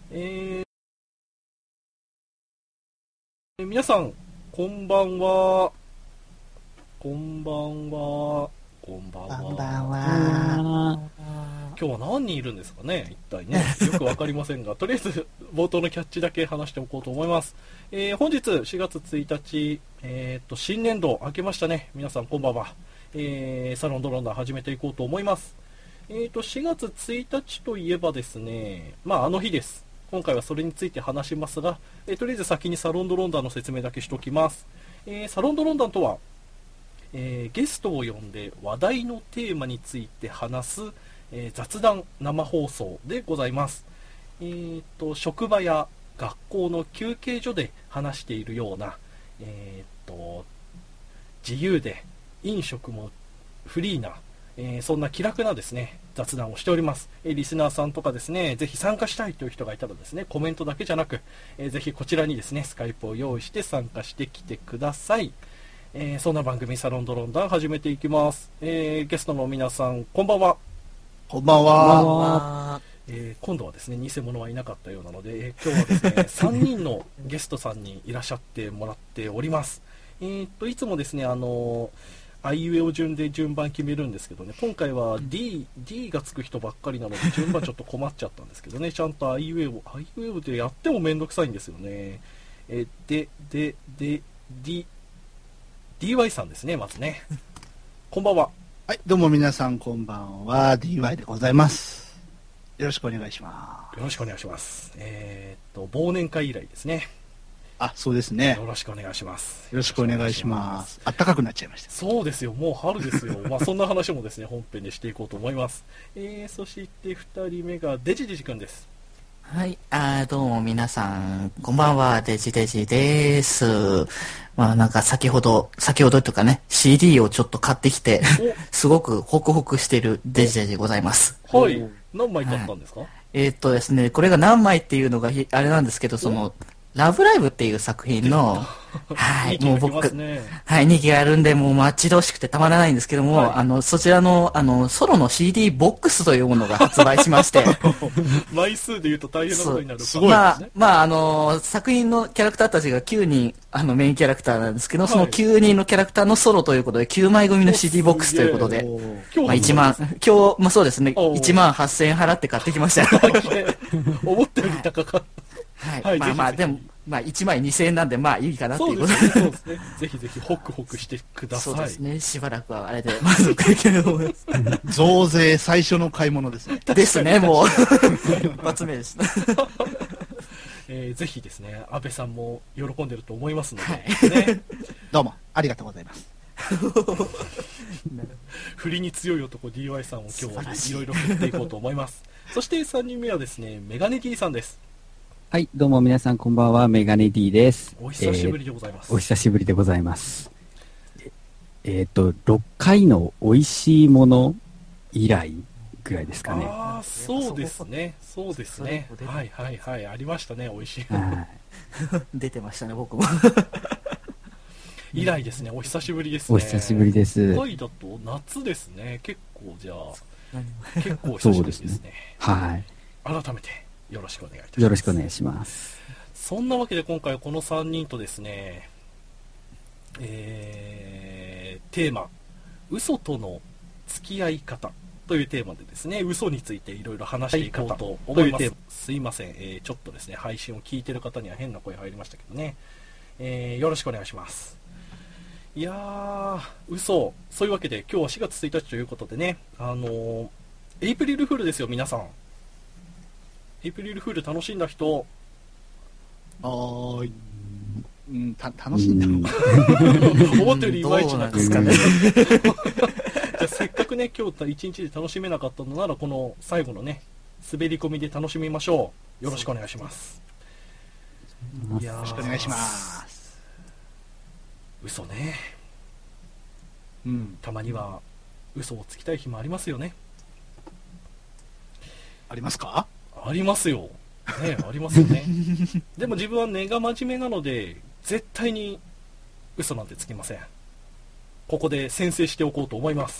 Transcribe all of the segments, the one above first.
え皆さん、こんばんは。こんばんは。こんばんは。 こんばんは。 今日は何人いるんですかね、一体ね。よくわかりませんが、とりあえず冒頭のキャッチだけ話しておこうと思います。本日4月1日、新年度明けましたね。皆さんこんばんは。サロンドロンダー始めていこうと思います。4月1日といえばですね、あの日です。今回はそれについて話しますが、とりあえず先にサロンドロンダーの説明だけしておきます。サロンドロンダーとは、ゲストを呼んで話題のテーマについて話す、雑談生放送でございます。職場や学校の休憩所で話しているような、自由で飲食もフリーな、そんな気楽なですね雑談をしております。リスナーさんとかですね、ぜひ参加したいという人がいたらですね、コメントだけじゃなく、ぜひこちらにですねスカイプを用意して参加してきてください。そんな番組サロンドロンダン始めていきます。ゲストの皆さんこんばんは。 こんばんは。 今度はですね偽物はいなかったようなので、今日はですね3人のゲストさんにいらっしゃってもらっております。いつもですねあいうえお順で順番決めるんですけどね、今回は D がつく人ばっかりなので順番ちょっと困っちゃったんですけどね、ちゃんとあいうえおでやってもめんどくさいんですよね。DY さんですね、まずね。こんばんは。 はい、どうも皆さんこんばんは。DY でございます。よろしくお願いします。 よろしくお願いします。忘年会以来ですね。 あ、そうですね。 よろしくお願いします。 よろしくお願いします。暖かくなっちゃいました。 そうですよ、もう春ですよ。そんな話もですね、本編でしていこうと思います。そして2人目がデジデジ君です。 はい、どうも皆さん、こんばんは、デジデジです。なんか先ほどとかね、CD をちょっと買ってきて、すごくホクホクしてるデジデジでございます。 はい、何枚買ったんですか？ ですね、これが何枚っていうのがあれなんですけど、ラブライブっていう作品の、はい、もう僕、はい、2期があるんで、もう待ち遠しくてたまらないんですけども、そちらの、ソロの CD ボックスというものが発売しまして、 枚数で言うと大変なことになる。すごいですね。 作品のキャラクターたちが9人、メインキャラクターなんですけど、その9人のキャラクターのソロということで、9枚組の CD ボックスということで、1万、今日、そうですね、1万8000円払って買ってきましたよ。 思ったより高かった。 はい、でも、1枚2000円なんで、いいかなっていうことで。 そうですね。ぜひぜひ、ホクホクしてください。 そうですね。しばらくはあれで満足できると思います。 増税最初の買い物ですね。 ですね、もう。一発目です。 ぜひですね、安倍さんも喜んでると思いますので、ね。 どうも、ありがとうございます。 振りに強い男 DY さんを今日はいろいろ振っていこうと思います。そして3人目はですね、メガネ D さんです。 はい、どうも皆さんこんばんは、メガネ D です。 お久しぶりでございます。 お久しぶりでございます。6回の美味しいもの以来ぐらいですかね。 ああ、そうですね。そうですね。はいはいはい、ありましたね、美味しいもの。 出てましたね、僕も。 以来ですね、お久しぶりですね。 お久しぶりです。 6回だと夏ですね。結構じゃあ、結構お久しぶりですね。 はい。 改めてよろしくお願いいたします。 よろしくお願いします。 そんなわけで今回この3人とですね、テーマ、嘘との付き合い方というテーマでですね、嘘についていろいろ話していこうと思います。すいません、ちょっとですね、配信を聞いてる方には変な声入りましたけどね、よろしくお願いします。いやー、嘘。そういうわけで今日は4月1日ということでね、エイプリルフールですよ、皆さん。エイプリルフール楽しんだ人。 楽しんだのか思ったよりいまいちなんですかね。じゃあせっかくね、今日一日で楽しめなかったのなら、この最後のね、滑り込みで楽しみましょう。よろしくお願いします。 よろしくお願いします。 嘘ね。たまには嘘をつきたい日もありますよね。 ありますか？ ありますよ。ね、ありますよね。でも自分は根が真面目なので、絶対に嘘なんてつきません。ここで宣誓しておこうと思います。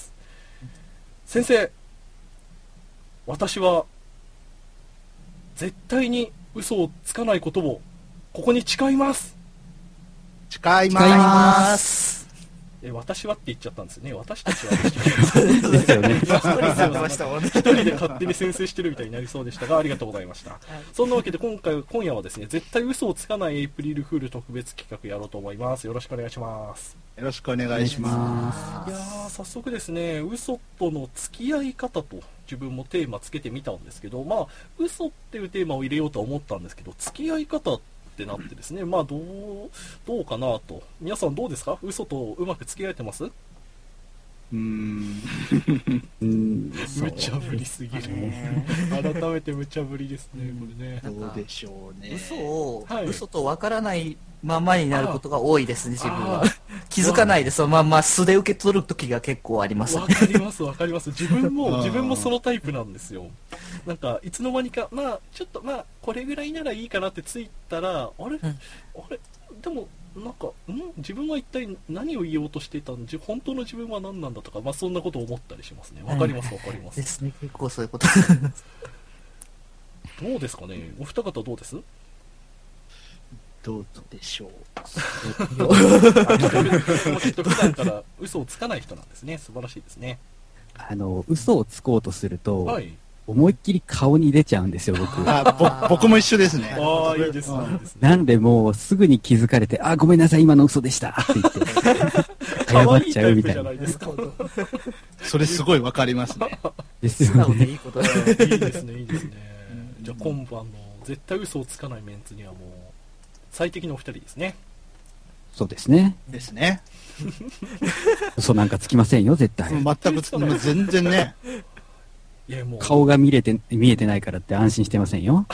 先生、私は絶対に嘘をつかないことをここに誓います。 誓い使いま。 ますす。 私はって言っちゃったんですよね。私たちはでしたけどですよね。 一人でやってましたもんね。 一人で勝手に先制してるみたいになりそうでしたが、ありがとうございました。そんなわけで今夜はですね、絶対嘘をつかないエイプリルフール特別企画やろうと思います。よろしくお願いします。 よろしくお願いします。 いやー、早速ですね、嘘との付き合い方と自分もテーマつけてみたんですけど、まあ、嘘っていうテーマを入れようとは思ったんですけど、付き合い方ってなってですね、まあ、どうかなと。皆さんどうですか？嘘とうまく付き合えてます？ うん無茶ぶりすぎる。改めて無茶ぶりですね、これね。 どうでしょうね。 嘘とわからないままになることが多いですね、自分はあ。 気づかないでそのまんま素で受け取る時が結構ありますねわ。かりますわかります。自分もそのタイプなんですよ。なんかいつの間にか、まあちょっとまあこれぐらいならいいかなってついたら、あれでもなんか自分は一体何を言おうとしていたんで、本当の自分は何なんだとか、まあそんなことを思ったりしますね。わかりますわかります。 ですね、結構そういうこと。 どうですかね、お二方どうです？ どうでしょう。 きっと普段から嘘をつかない人なんですね。素晴らしいですね。 嘘をつこうとすると、 はい。 思いっきり顔に出ちゃうんですよ、僕。 僕も一緒ですね。 ああ、いいですね。いいですね。 なんでもうすぐに気づかれて、あ、ごめんなさい、今の嘘でしたって言って、謝っちゃうみたいな。 それすごいわかりますね。 素ですよね。 直でいいことだ。 いいですね、いいですね。じゃあ今晩の絶対嘘をつかないメンツにはもう最適のお二人ですね。 そうですね。 ですね。 嘘なんかつきませんよ、絶対。 全く全然ね。 いやもう顔が見えてないからって安心してませんよ。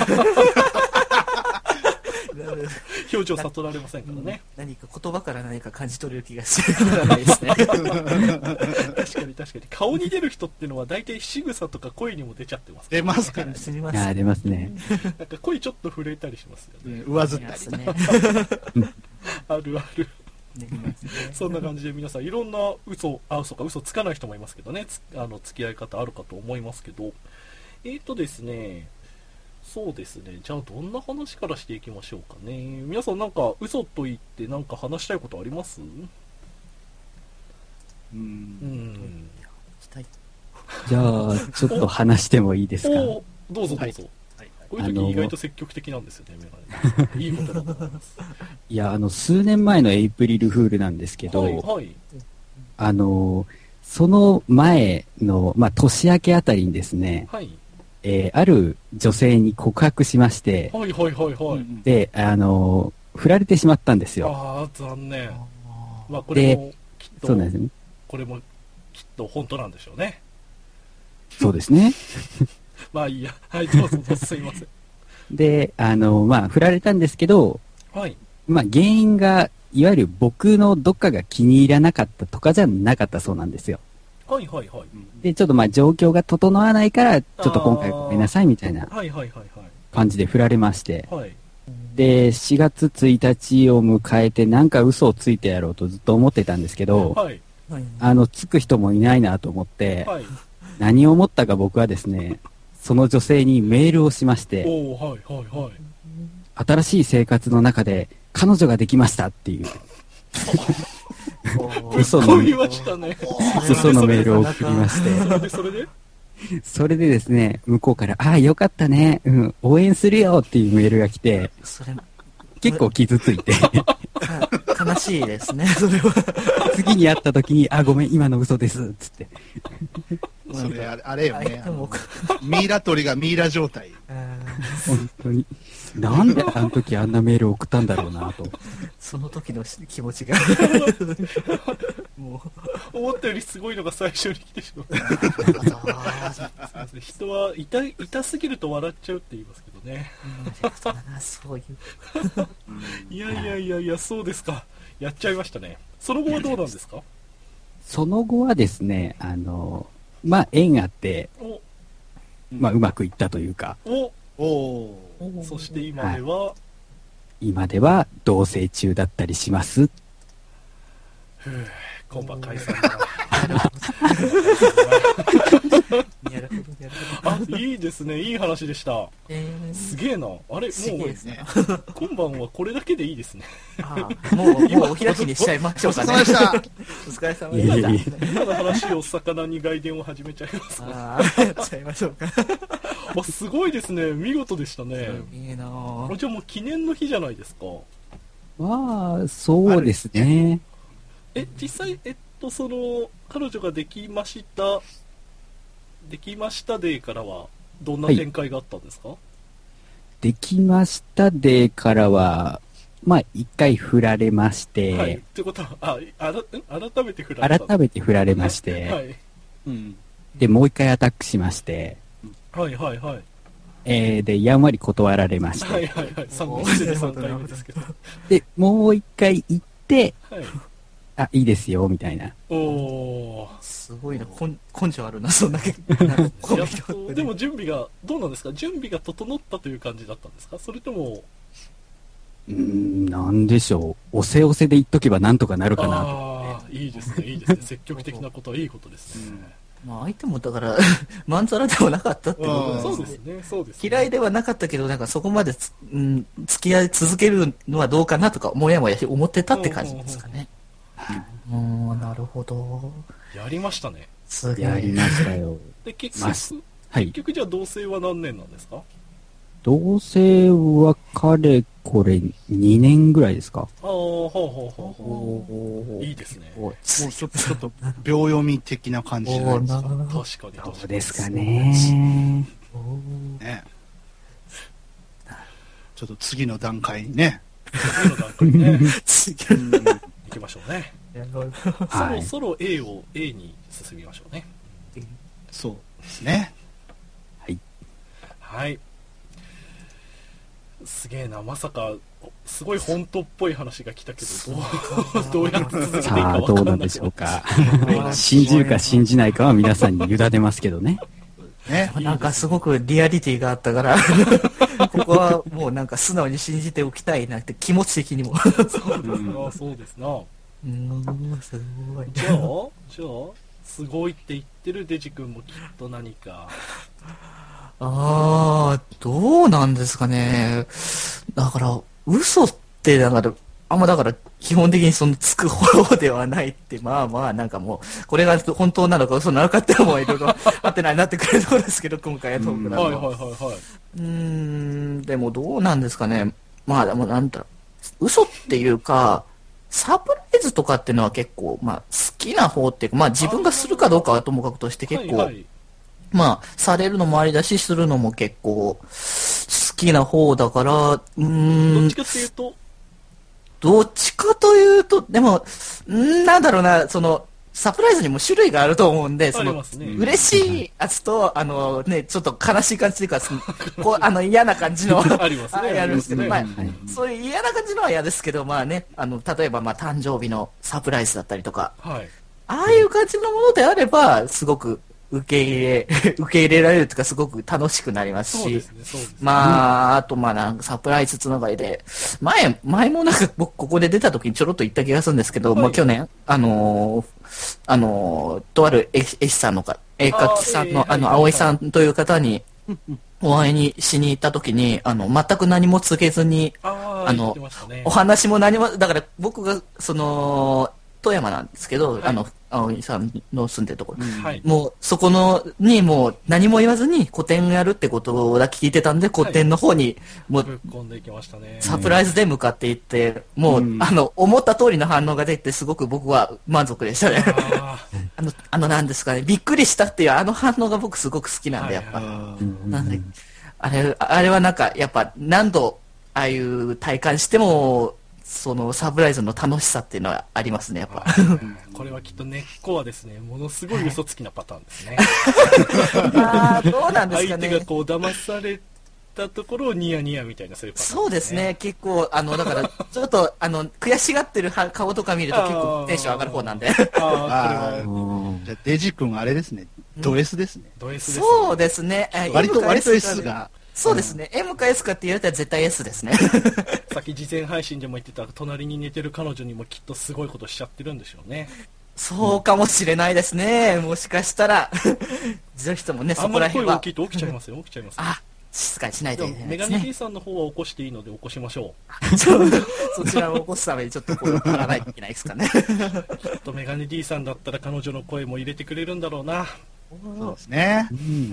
表情悟られませんからね。 何か言葉から何か感じ取れる気がするないですね。 確かに顔に出る人っていうのは大体仕草とか声にも出ちゃってます。 出ますからね。 すみまいやー、 せん。 出ますね。 なんか声ちょっと震えたりしますよね。 上ずったり。 あるある。 ねりますねそんな感じで皆さんいろんな嘘つかない人もいますけどね、付き合い方あるかと思いますけど、ですね、そうですね、じゃあどんな話からしていきましょうかね。皆さんなんか嘘と言ってなんか話したいことあります？ したい。 じゃあ、ちょっと話してもいいですか。 おどうぞどうぞ。こういう時意外と積極的なんですよね、メガネ。いいことだと思います。 いや、数年前のエイプリルフールなんですけど、 はい。 その前の、まあ、年明けあたりにですね、 はい。 ある女性に告白しまして、 はいはいはいはい。 で、振られてしまったんですよ。 ああ、残念。まあこれもきっと、 そうなんですね。 これもきっと本当なんでしょうね。 そうですね。 まあいいや。はい、どうぞどうぞ、すいません。 で、まあ、振られたんですけど、 はい。 まあ、原因が、いわゆる僕のどっかが気に入らなかったとかじゃなかったそうなんですよ。 はいはいはい。 で、ちょっとまあ、状況が整わないから、ちょっと今回ごめんなさいみたいなはいはいはいはい。 感じで振られまして、 はい。 で、4月1日を迎えて、なんか嘘をついてやろうとずっと思ってたんですけど、 はい。 つく人もいないなと思って、 はい。 何を思ったか僕はですね、その女性にメールをしまして、 おおはいはいはい。 新しい生活の中で彼女ができましたっていう、嘘の飛びましたね。 嘘のメールを送りましそれでて、それでですね、向こうから、ああ、よかったね、応援するよっていうメールが来て、 それ、 結構傷ついて、 悲しいですね、それは。 次に会った時に、あ、ごめん、今の嘘です、つって。 それあれよね。 相手もミイラ取りがミイラ状態。 本当に。なんであの時あんなメールを送ったんだろうなと。 その時の気持ちが。も思ったよりすごいのが最初に来てしまった。人は痛すぎると笑っちゃうって言いますけどね。 そういう。 いや、そうですか。やっちゃいましたね。その後はどうなんですか？ その後はですね、まあ、縁あって、まあ、うまくいったというか、 そして今では、 今では同棲中だったりします。 今晩解散だ。 なるほど。 あ、いいですね。いい話でした。すげえな。あれ、もう、今晩はこれだけでいいですね。 もうお開きにしちゃいましょうかね。お疲れ様でした。 今の話を魚に外伝を始めちゃいますか。 やっちゃいましょうか。 すごいですね。見事でしたね。 いいなじゃあもう記念の日じゃないですか。 まあ、そうですね。 実際、彼女ができましたデーからは、どんな展開があったんですか？ できましたデーからは、まあ、一回振られまして、 はい。ってことは、改めて振られた。 改めて振られまして、はい。で、もう一回アタックしまして、 はいはいはい。 で、やんわり断られまして、 はいはいはい。3回目ですけど。 で、もう一回行って、はい、いいですよ、みたいな。 すごいな、根性あるな、そんだけ。 でも準備が、どうなんですか？準備が整ったという感じだったんですか？それとも、 なんでしょう。おせおせで言っとけばなんとかなるかなと。 いいですね、いいですね。積極的なことはいいことですね。 まあ相手もだから、まんざらではなかったってことそうですね、そうです。 嫌いではなかったけど、なんかそこまで付き合い続けるのはどうかなとか、もやもや思ってたって感じですかね。なるほど。 やりましたね。 すげえ。 やりましたよ。 で、結局じゃあ同棲は何年なんですか？ 同棲はかれこれ2年ぐらいですか？ いいですね。 もうちょっと秒読み的な感じじゃないですか。 確かに。 そうですかね。 ちょっと次の段階にね。 行きましょうね。そろそろ A に進みましょうね。 そうですね。 はい。 はい。すげえな、まさか、すごい本当っぽい話が来たけど、どうやって続けていいか分からない。 どうなんでしょうか。信じるか信じないかは皆さんに委ねますけどね。 なんかすごくリアリティがあったから、ここはもうなんか素直に信じておきたいなって気持ち的にも。 そうですな。 すごい。 じゃあ、すごいって言ってるデジ君もきっと何か。 どうなんですかね。だから、嘘って、だから、だから、基本的につく方ではないって、まあ、なんかもう、これが本当なのか嘘なのかってもいろいろあってないなってくるところですけど、今回はトークだと。でもどうなんですかね。まあ、でもなんだろう、嘘っていうか、サプライズとかっていうのは結構、まあ、好きな方っていうか、まあ自分がするかどうかはともかくとして結構、まあ、されるのもありだし、するのも結構、好きな方だから、 どっちかっていうとどっちかというと、でも、なんだろうな、サプライズにも種類があると思うんで、嬉しいやつと、ちょっと悲しい感じというか、嫌な感じの、 ありますね。 やるんですけど、まあ、そういう嫌な感じのは嫌ですけど、まあね、例えば、まあ、誕生日のサプライズだったりとか、ああいう感じのものであれば、すごく、受け入れられるというかすごく楽しくなりますし、まあ、あとまあなんかサプライズつながりで、前もなんか僕ここで出た時にちょろっと言った気がするんですけど、まあ去年、とある絵師さんの絵描きさんの葵さんという方に、お会いにしに行った時に、全く何も告げずに、お話も何も、だから僕が、富山なんですけど、葵さんの住んでるところ、もうそこにもう何も言わずに個展やるってことだけ聞いてたんで、個展の方にもうサプライズで向かっていって、もう、思った通りの反応が出てすごく僕は満足でしたね。なんですかね、びっくりしたっていう反応が僕すごく好きなんで、やっぱ。なんで、あれはなんかやっぱ何度ああいう体感しても、サプライズの楽しさっていうのはありますね、やっぱ。 これはきっと根っこはですね、ものすごい嘘つきなパターンですね。 どうなんですかね。 相手がこう騙されたところをニヤニヤみたいなそういうパターン、 そうですね、結構、だから、ちょっと、悔しがってる顔とか見ると結構テンション上がる方なんで。 じゃあ、デジ君あれですね、ド S ですね。 ド S ですね。 そうですね。 割と S が。 そうですね。M か S かって言われたら絶対 S ですね。 さっき事前配信でも言ってた隣に寝てる彼女にもきっとすごいことしちゃってるんでしょうね。 そうかもしれないですね。もしかしたら。ぜひともね、そこら辺は。 あんまり声大きいと起きちゃいますよ、起きちゃいます。 あ、静かにしないといけないメですね。 ガネ D さんの方は起こしていいので起こしましょそちらを起こすためにちょっと声を張らないといけないですかね。 う。きっとメガネ D さんだったら彼女の声も入れてくれるんだろうな。 そうですね。 うん、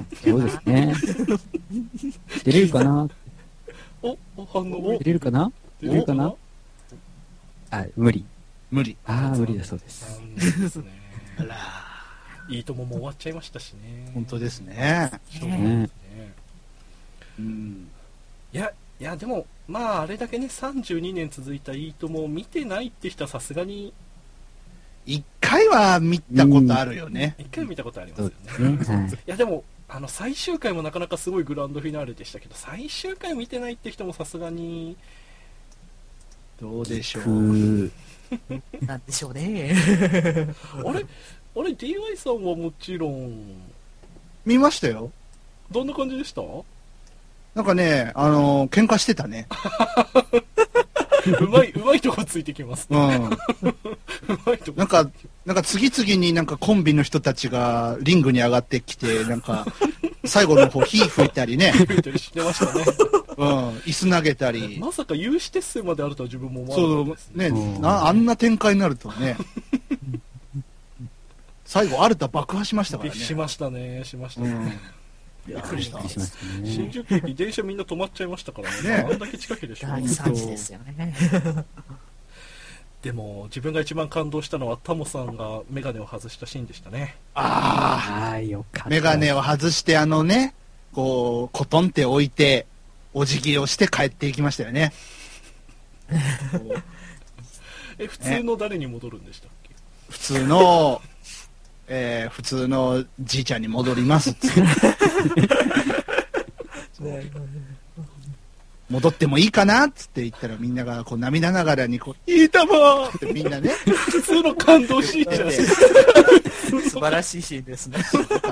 そうですね。出れるかな反応出れるかな出れるかなあ、無理。 無理。 ああ、無理だそうです。 残念ですね。 あら、 いいともも終わっちゃいましたしね。 本当ですね。 しょうがないですね。 うん。 いや、でも、まあ、あれだけね、32年続いたいいともを見てないって人はさすがに、 一回は見たことあるよね。 一回見たことありますそよね。 うですね。はい。 いや、でも、最終回もなかなかすごいグランドフィナーレでしたけど、最終回見てないって人もさすがに、 どうでしょう。 なんでしょうね。 あれ DY さんはもちろん、 見ましたよ。 どんな感じでしたなんかね、喧嘩してたね。 うまいとこついてきます。 うん。 うまいとこ。 なんか次々になんかコンビの人たちがリングに上がってきて、なんか、最後の方火吹いたりね、 吹いたりしてましたね。 うん、椅子投げたり、 まさか有刺鉄線まであるとは自分も思わそうなかったですね。 ね、あんな展開になるとね、最後、アルタ爆破しましたからね。 しましたね、しましたね。 うん。びっくりしたびっくり。しました新ね。 宿駅電車みんな止まっちゃいましたからね。 ねあんだけ近くでしょ。 大惨事ですよね。 でも自分が一番感動したのはタモさんがメガネを外したシーンでしたね。 あああ、よかった。 あ、メガネを外してこう、コトンって置いて、お辞儀をして帰っていきましたよね。 普通の誰に戻るんでしたっけ？ 普通のじいちゃんに戻りますっつって。戻ってもいいかなっつって言ったらみんながこう涙ながらにこう、いいたまーってみんなね。 普通の感動シーンじゃないですか。 素晴らしいシーンですね。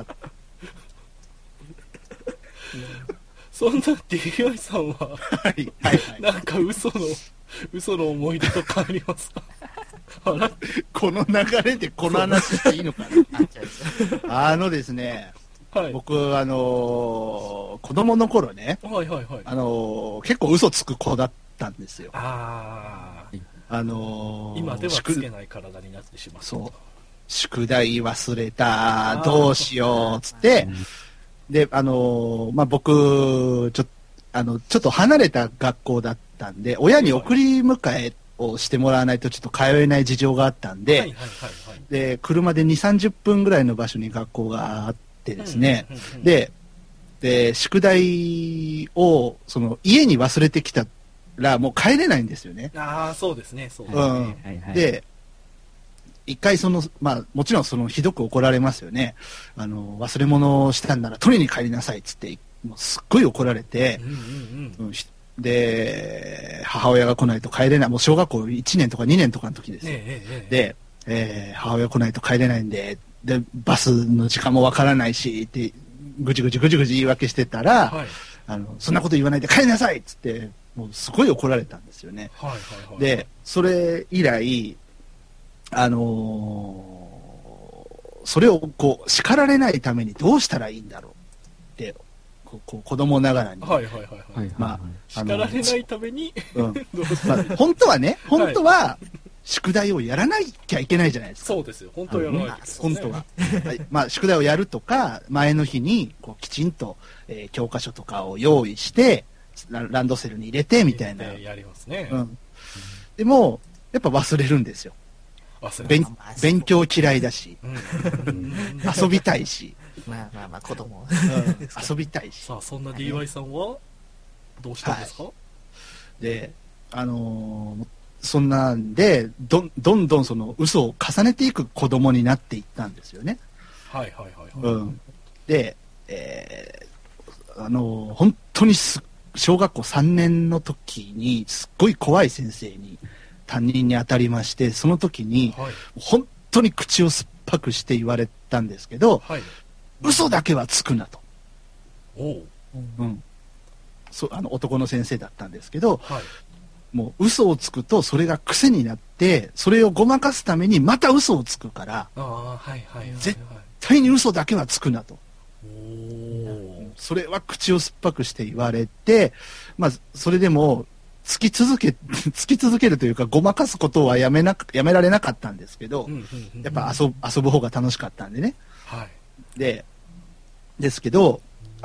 そんな DY さんは、 はいはいはい。 なんか嘘の思い出とかありますか？あら、 この流れでこの話していいのかな。ですね、 はい。 僕子供の頃ね、 はいはいはい。 結構嘘つく子だったんですよ。 ああ、 今今ではつけない体になってしまう。 そう。宿題忘れた、どうしよう、つって、で、僕、ちょっと離れた学校だったんで、親に送り迎えをしてもらわないとちょっと通えない事情があったんで、 はいはいはいはい。 で、車で2、30分ぐらいの場所に学校があってですね、 うんうんうんうん、 で、宿題を、家に忘れてきたら、もう帰れないんですよね。 ああ、そうですね、そうですうね。 はいはい、 で、一回もちろんひどく怒られますよね。忘れ物をしたんなら取りに帰りなさいっつって、もうすっごい怒られてう、んうんうん。 で、母親が来ないと帰れない、もう小学校1年とか2年とかの時ですよ。で、母親来ないと帰れないんで、バスの時間もわからないし、って、ぐじぐじ言い訳してたら、 はいそんなこと言わないで帰りなさいっつって、もうすごい怒られたんですよね。 はいはいはい。 で、それ以来、それをこう叱られないためにどうしたらいいんだろうってこう子供ながらに、 はいはいはいはい。 まあ叱られないために、 うんどうしたらいい本当はね、本当は宿題をやらなきゃいけないじゃないですか。 そうですよ。本当はやらないといけないですね本当は。はい、宿題をやるとか、前の日にこうきちんと、教科書とかを用意して、ランドセルに入れてみたいな。 やりますね。 でも、やっぱ忘れるんですよ。 忘れ勉勉強嫌いだし、 うん遊びたいし、 まあ、子供。 遊びたいし。 さあ、そんな DY さんは、どうしたんですか？ で、そんなんで、どんどんその嘘を重ねていく子供になっていったんですよね。 はいはいはいはい。 で、本当に小学校3年の時に、すっごい怖い先生に、担任に当たりまして、その時に、 はい本当に口を酸っぱくして言われたんですけど、 はい。 嘘だけはつくなと。 おう。 男の先生だったんですけど、 はい。 もう嘘をつくとそれが癖になって、それをごまかすためにまた嘘をつくから、絶対に嘘だけはつくなと。それは口を酸っぱくして言われて、まあ、それでも、つき続けるというか、ごまかすことはやめられなかったんですけど、やっぱ遊ぶ方が楽しかったんでね。 はい。 ですけど、ま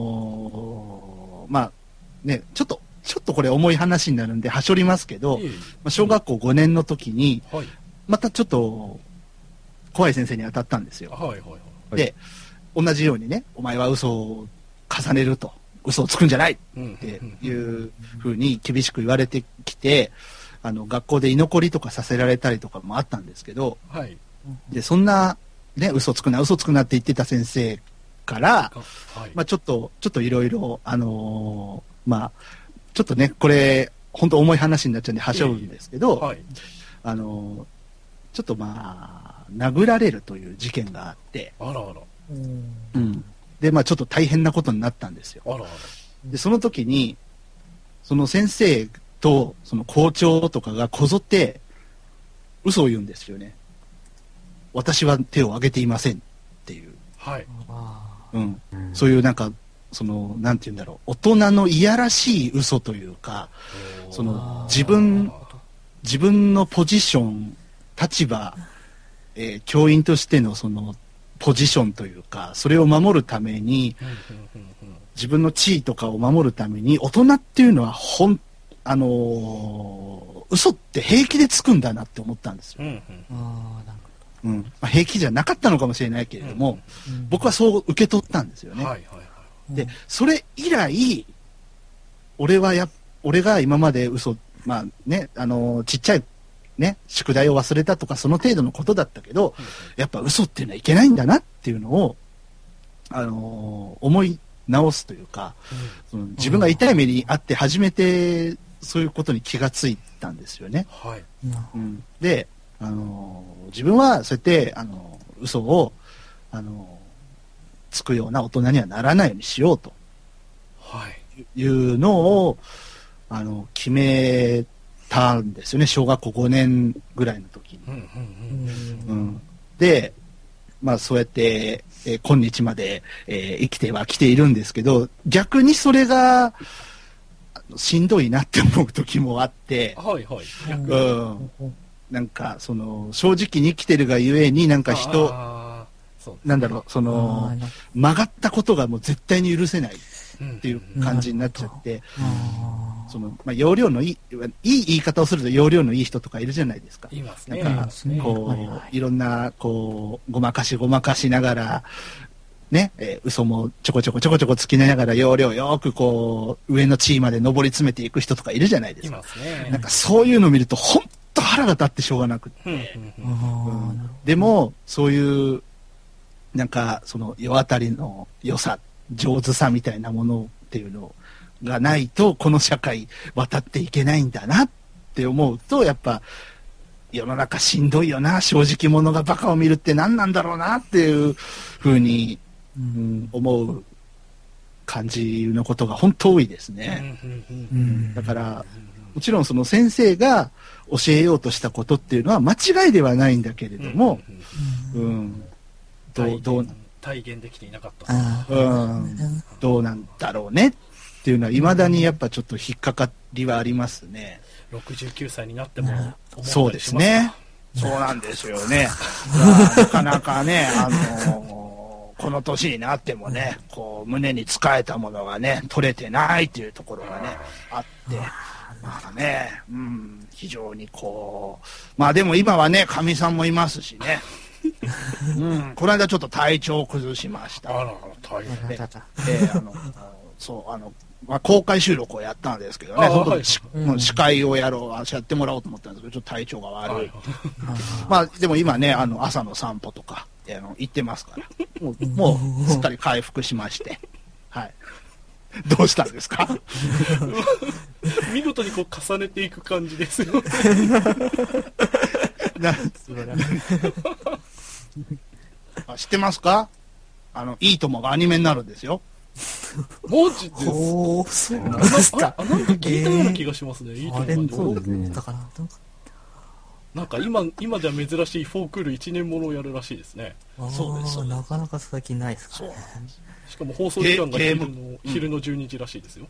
あ、ね、ちょっとこれ重い話になるんで、はしょりますけど、まあ、小学校5年の時に、またちょっと、怖い先生に当たったんですよ。で、同じようにね、お前は嘘を重ねると、嘘をつくんじゃないっていうふうに厳しく言われてきて、学校で居残りとかさせられたりとかもあったんですけど、で、そんな、ね、嘘つくなって言ってた先生から、まあちょっといろいろ、まあ、ちょっとね、これ、本当重い話になっちゃうんで、はしょるんですけど、ちょっとまあ、殴られるという事件があって、で、まあちょっと大変なことになったんですよ。で、その時に、その先生と、その校長とかがこぞって、嘘を言うんですよね。私は手を挙げていませんっていう。そういうなんか、なんて言うんだろう、大人のいやらしい嘘というか、自分のポジション、立場、教員としてのポジションというか、それを守るために、自分の地位とかを守るために、大人っていうのは嘘って平気でつくんだなって思ったんですよ。まあ、平気じゃなかったのかもしれないけれども、僕はそう受け取ったんですよね。で、それ以来、俺が今まで嘘、まあね、ちっちゃいね、宿題を忘れたとかその程度のことだったけど、やっぱ嘘っていうのはいけないんだなっていうのを、思い直すというか、自分が痛い目にあって初めてそういうことに気がついたんですよね。で、自分はそうやって嘘をつくような大人にはならないようにしようと、いうのを決めたんですよね、小学校5年ぐらいの時に。で、まあそうやって、今日まで、生きてはきているんですけど、逆にそれがしんどいなって思う時もあって、なんか正直に生きてるがゆえになんかなんだろう、曲がったことがもう絶対に許せないっていう感じになっちゃって、まあ、容量のいい言い方をすると容量のいい人とかいるじゃないですか。なんか、いろんな、ごまかしながら、ね、嘘もちょこちょこつきながら容量よく上の地位まで上り詰めていく人とかいるじゃないですか。なんかそういうのを見ると、ほんと腹が立ってしょうがなくって。でも、そういう、なんか、世渡りの良さ、上手さみたいなものっていうのがないと、この社会渡っていけないんだなって思うと、やっぱ、世の中しんどいよな、正直者がバカを見るって何なんだろうなっていうふうに、思う感じのことが本当多いですね。だから、もちろんその先生が教えようとしたことっていうのは間違いではないんだけれども、 体現できていなかった。 どうなんだろうねっていうのは未だにやっぱちょっと引っかかりはありますね。 69歳になってもそうですね。そうなんですよね。なかなかね、この年になってもね、胸に使えたものがね、取れてないっていうところがね、あって、まあね、非常にまあでも今はね、かみさんもいますしね。この間ちょっと体調を崩しました。 大変。 まあ、公開収録をやったんですけどね、その時司会をやってもらおうと思ったんですけど、ちょっと体調が悪い。まあ、でも今ね、朝の散歩とか、行ってますから、もう、すっかり回復しまして。はい。どうしたんですか？ 見事に重ねていく感じですよ。 知ってますか？いいともがアニメになるんですよ。 マジです。 おー、そうなんですか。 なんか聞いたような気がしますね。いいと思います。 そうですね。だから、 なんか今じゃ珍しいフォークール1年ものをやるらしいですね。 そうです。 なかなか最近ないですからね。 しかも放送時間が昼の12時らしいですよ。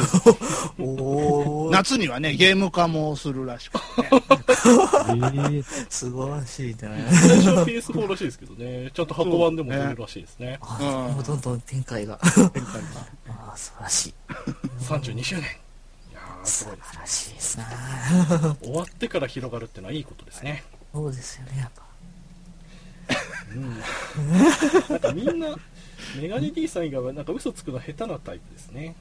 おー。 夏にはね、ゲーム化もするらしくてね。 素晴らしいね。 最初は PS4 らしいですけどね。ちゃんと箱版でも出るらしいですね。 もうどんどん展開が。 展開が。 素晴らしい。 32周年。いやー、すごいです。 素晴らしいですね。 終わってから広がるってのはいいことですね。 そうですよね、やっぱ。 なんかみんな、メガネ D さん以外はなんか嘘つくの下手なタイプですね。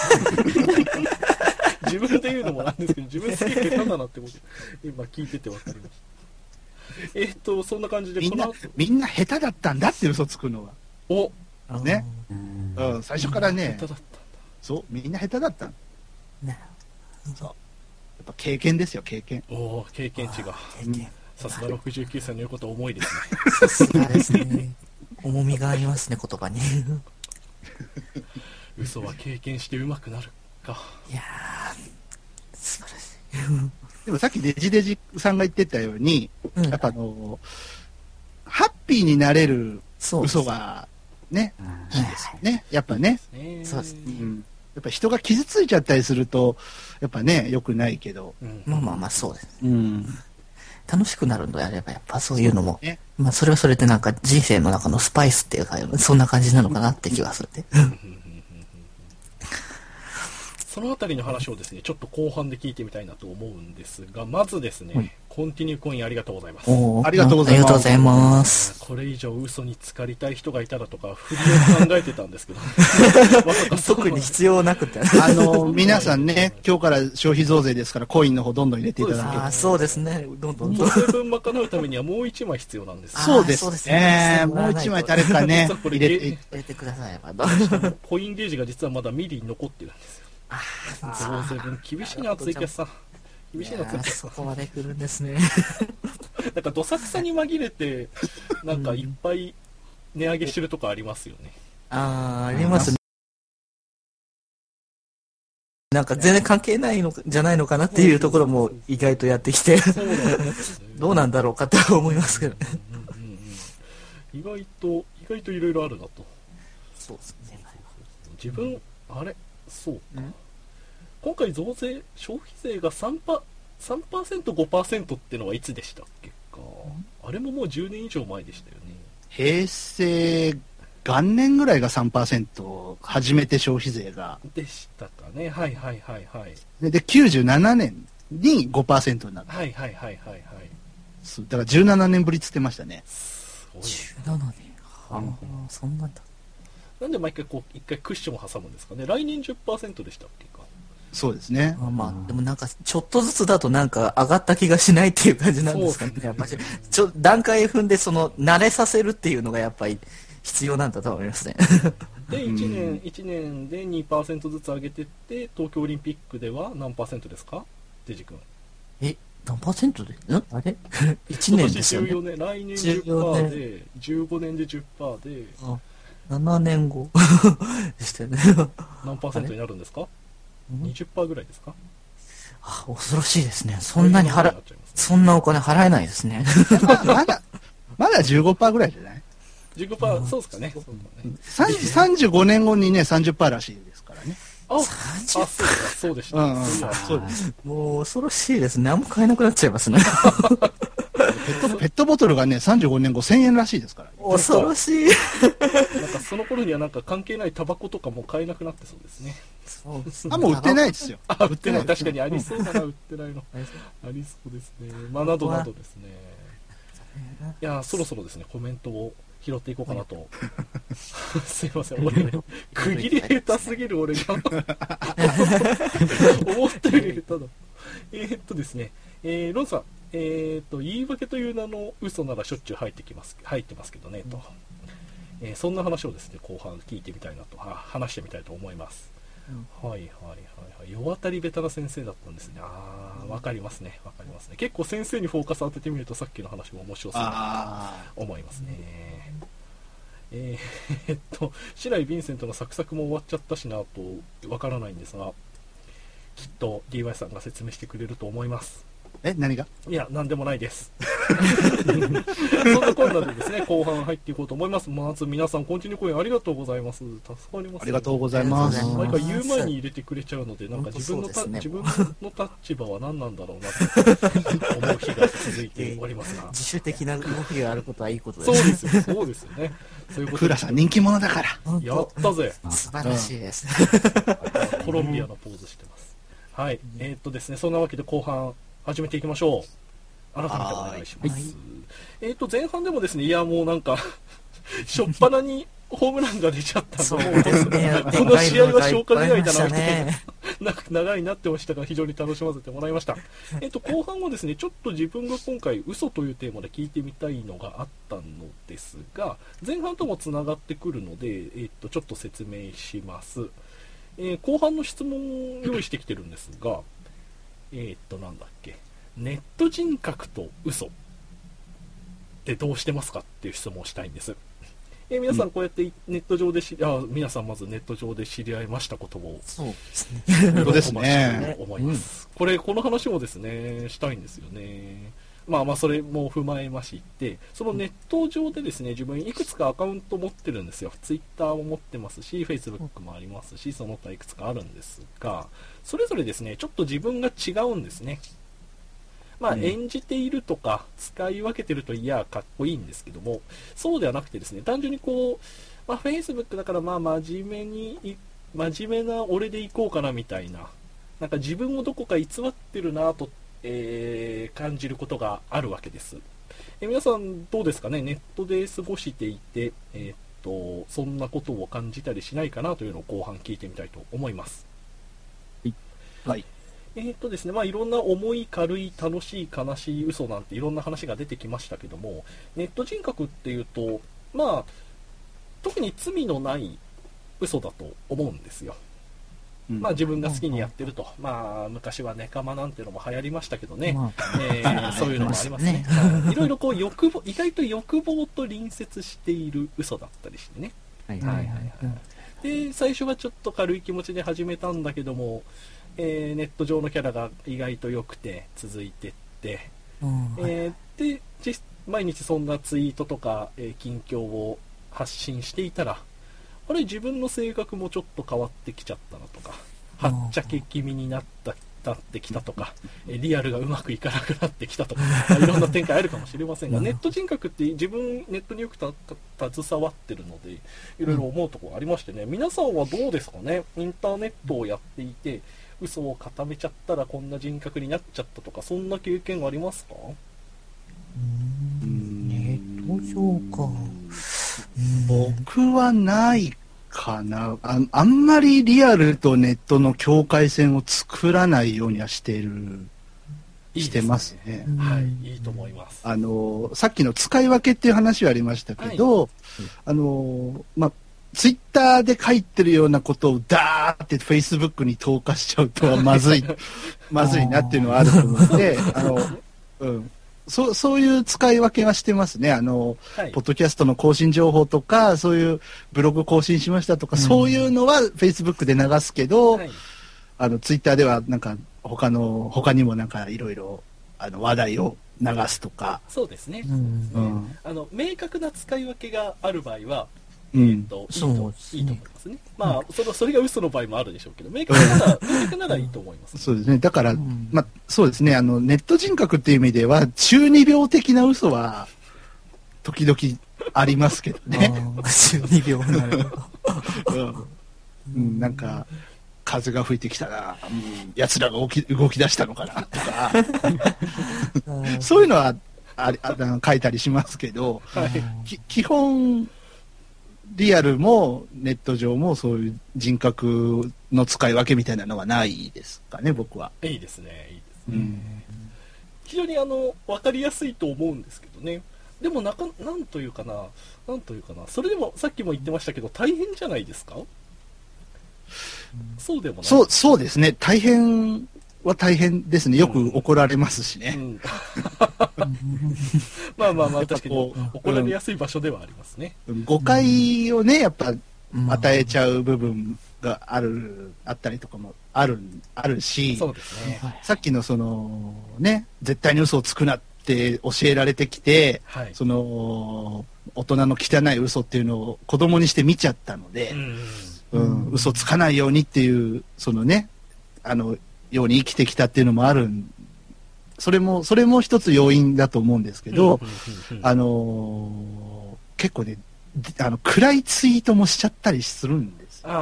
自分で言うのもなんですけど、自分すげえ下手だなって僕、今聞いてて分かりました。そんな感じでみんな下手だったんだって嘘つくのは。 おね。最初からね。 下手だったんだ。 そう、みんな下手だったんだ。そう。やっぱ経験ですよ、経験。 おー、経験値が。さすが69歳の言うことは重いですね。 さすがですね。重みがありますね、言葉に。 嘘は経験して上手くなるか。 いやー、素晴らしい。 でもさっきデジデジさんが言ってたように、やっぱハッピーになれる嘘がね、いいですよね。やっぱね。 そうですね。 やっぱ人が傷ついちゃったりすると、やっぱね、良くないけど。 まあ、そうです。楽しくなるのであれば、やっぱそういうのも、まあそれはそれでなんか人生の中のスパイスっていうか、そんな感じなのかなって気がするね。 そのあたりの話をですね、ちょっと後半で聞いてみたいなと思うんですが、まずですね、コンティニューコインありがとうございます。 ありがとうございます。 ありがとうございます。 これ以上嘘に浸かりたい人がいたらとか、振りを考えてたんですけど、まさか特に必要なくて。 皆さんね、今日から消費増税ですから、コインの方どんどん入れていただける。 そうですね。どんどん。 増税分賄うためにはもう1枚必要なんです。 そうですね。もう1枚誰かね、入れてください。 コインゲージが実はまだミリに残ってるんですよ。増税分厳しいな、ツイキャスさん。厳しいな、ツイキャスさん。 そこまで来るんですね。 なんかどさくさに紛れて、なんかいっぱい値上げしてるとかありますよね。 ありますね。なんか全然関係ないのじゃないのかなっていうところも意外とやってきて、どうなんだろうかって思いますけどね。 意外といろいろあるなと。 そうですね。 自分、あれそうか。今回増税、消費税が 3%、5% ってのはいつでしたっけか。あれももう10年以上前でしたよね。 平成元年ぐらいが 3%、初めて消費税が。 でしたかね。はいはいはいはい。 で、97年に 5% になった。 はいはいはいはいはい。 だから17年ぶりっつってましたね。 すごい。 17年。そんなんだ。 なんで毎回一回クッションを挟むんですかね。来年 10% でしたっけか。 そうですね。 まあ、でもなんか、ちょっとずつだとなんか上がった気がしないっていう感じなんですかね。やっぱり、段階踏んで慣れさせるっていうのがやっぱり必要なんだと思いますね。 で、1年で 2% ずつ上げてって、東京オリンピックでは何%ですかデジ君。 何パーセントであれ ?1 年ですよね。 14年、来年 10% で、15年で 10% で、 7年後でしたよね。 何パーセントになるんですか ?20% ぐらいですか？ 恐ろしいですね。そんなお金払えないですね。 まだ 15% ぐらいじゃない？ 15%、そうですかね。 35年後にね、30% らしいですからね。 そうでした。 そうです。 もう恐ろしいですね。あんま買えなくなっちゃいますね。 ペットボトルがね、35年後1000円らしいですから。 恐ろしい。 なんかその頃にはなんか関係ないタバコとかも買えなくなってそうですね。 もう売ってないですよ。 売ってない。確かにありそうだな、売ってないの。ありそうですね。などなどですね。いや、そろそろですね、コメントを拾っていこうかなと。すいません、俺、区切り下手すぎる俺が。思ったより下手だ。ですね、ロンさん、言い訳という名の嘘ならしょっちゅう入ってますけどね、と。そんな話をですね、後半聞いてみたいなと、話してみたいと思います。はいはいはいはい。世渡りベタな先生だったんですね。わかりますね。わかりますね。結構先生にフォーカス当ててみるとさっきの話も面白そうだなと思いますね。 白井ヴィンセントのサクサクも終わっちゃったしなとわからないんですが、きっと DY さんが説明してくれると思います。 何が？ いや、なんでもないです。そんなこんなでですね、後半入っていこうと思います。まず皆さん、コンティニューコインありがとうございます。助かります。 ありがとうございます。 毎回言う前に入れてくれちゃうので、なんか自分の立場は何なんだろうなと思う日が続いておりますが。 自主的な動きがあることはいいことです。そうですよ、そうですよね。そういうこと。 クラさん人気者だから。 やったぜ。 素晴らしいです。 コロンビアのポーズしてます。はい。ですね、そんなわけで後半、始めていきましょう。改めてお願いします。前半でもですね、いやもうなんかしょっぱなにホームランが出ちゃったので、この試合は消化試合だなみたいな、長いなってましたが、非常に楽しませてもらいました。後半はですね、ちょっと自分が今回嘘というテーマで聞いてみたいのがあったのですが、前半ともつながってくるので、ちょっと説明します。後半の質問を用意してきてるんですが、なんだっけ、ネット人格と嘘ってどうしてますかっていう質問をしたいんです。皆さんこうやってネット上で皆さんまずネット上で知り合いましたことを、 そうですね。 本当ですね。 思います。この話もですね、したいんですよね。それも踏まえまして、そのネット上でですね、自分いくつかアカウント持ってるんですよ。ツイッターも持ってますし、フェイスブックもありますし、その他いくつかあるんですが、それぞれですね、ちょっと自分が違うんですね。演じているとか、使い分けてるとかっこいいんですけども、そうではなくてですね、単純にこう、フェイスブックだから真面目な俺でいこうかなみたいな、なんか自分をどこか偽ってるなと、感じることがあるわけです。皆さんどうですかね、ネットで過ごしていて、そんなことを感じたりしないかなというのを後半聞いてみたいと思います。 はい。 ですね、いろんな重い、軽い、楽しい、悲しい、嘘なんていろんな話が出てきましたけども、ネット人格っていうと、特に罪のない嘘だと思うんですよ。自分が好きにやってると。昔はネカマなんていうのも流行りましたけどね。そういうのもありますね。いろいろこう意外と欲望と隣接している嘘だったりしてね。で、最初はちょっと軽い気持ちで始めたんだけども、ネット上のキャラが意外と良くて続いてって、で、毎日そんなツイートとか、近況を発信していたら、あれ自分の性格もちょっと変わってきちゃったなとか、はっちゃけ気味になってきたとか、リアルがうまくいかなくなってきたとか、いろんな展開あるかもしれませんが、ネット人格って自分ネットによく携わってるので、いろいろ思うところありましてね、皆さんはどうですかね。インターネットをやっていて、嘘を固めちゃったらこんな人格になっちゃったとか、そんな経験ありますか？ ネット上か。 僕はないかな。あんまりリアルとネットの境界線を作らないようにはしてますね。 はい、いいと思います。 さっきの使い分けっていう話はありましたけど、ツイッターで書いてるようなことをダーってフェイスブックに投下しちゃうとまずいなっていうのはあると思うので、そういう使い分けはしてますね。ポッドキャストの更新情報とか、そういうブログ更新しましたとか、そういうのはフェイスブックで流すけど、ツイッターではなんか他にもなんかいろいろ話題を流すとか。 そうですね。明確な使い分けがある場合は、いいと思いますね。それが嘘の場合もあるでしょうけど、明確ならいいと思います。 そうですね。だから、そうですね。ネット人格っていう意味では、中二病的な嘘は、時々ありますけどね。 中二病なるほど。 なんか、風が吹いてきたら、奴らが動き出したのかな、とか。そういうのは書いたりしますけど、基本、リアルもネット上もそういう人格の使い分けみたいなのはないですかね、僕は。 いいですね。非常に分かりやすいと思うんですけどね。でもなんというかな、それでもさっきも言ってましたけど、大変じゃないですか？そうでもない。 そうですね。大変は大変ですね。よく怒られますしね。 まあ確かに怒られやすい場所ではありますね。 誤解をね、やっぱ与えちゃう部分があったりとかもあるし、 そうですね。 さっきのそのね、絶対に嘘をつくなって教えられてきて、はい、その大人の汚い嘘っていうのを子供にして見ちゃったので、嘘つかないようにっていうそのね、ように生きてきたっていうのもある。それも一つ要因だと思うんですけど、結構ね、暗いツイートもしちゃったりするんですよ。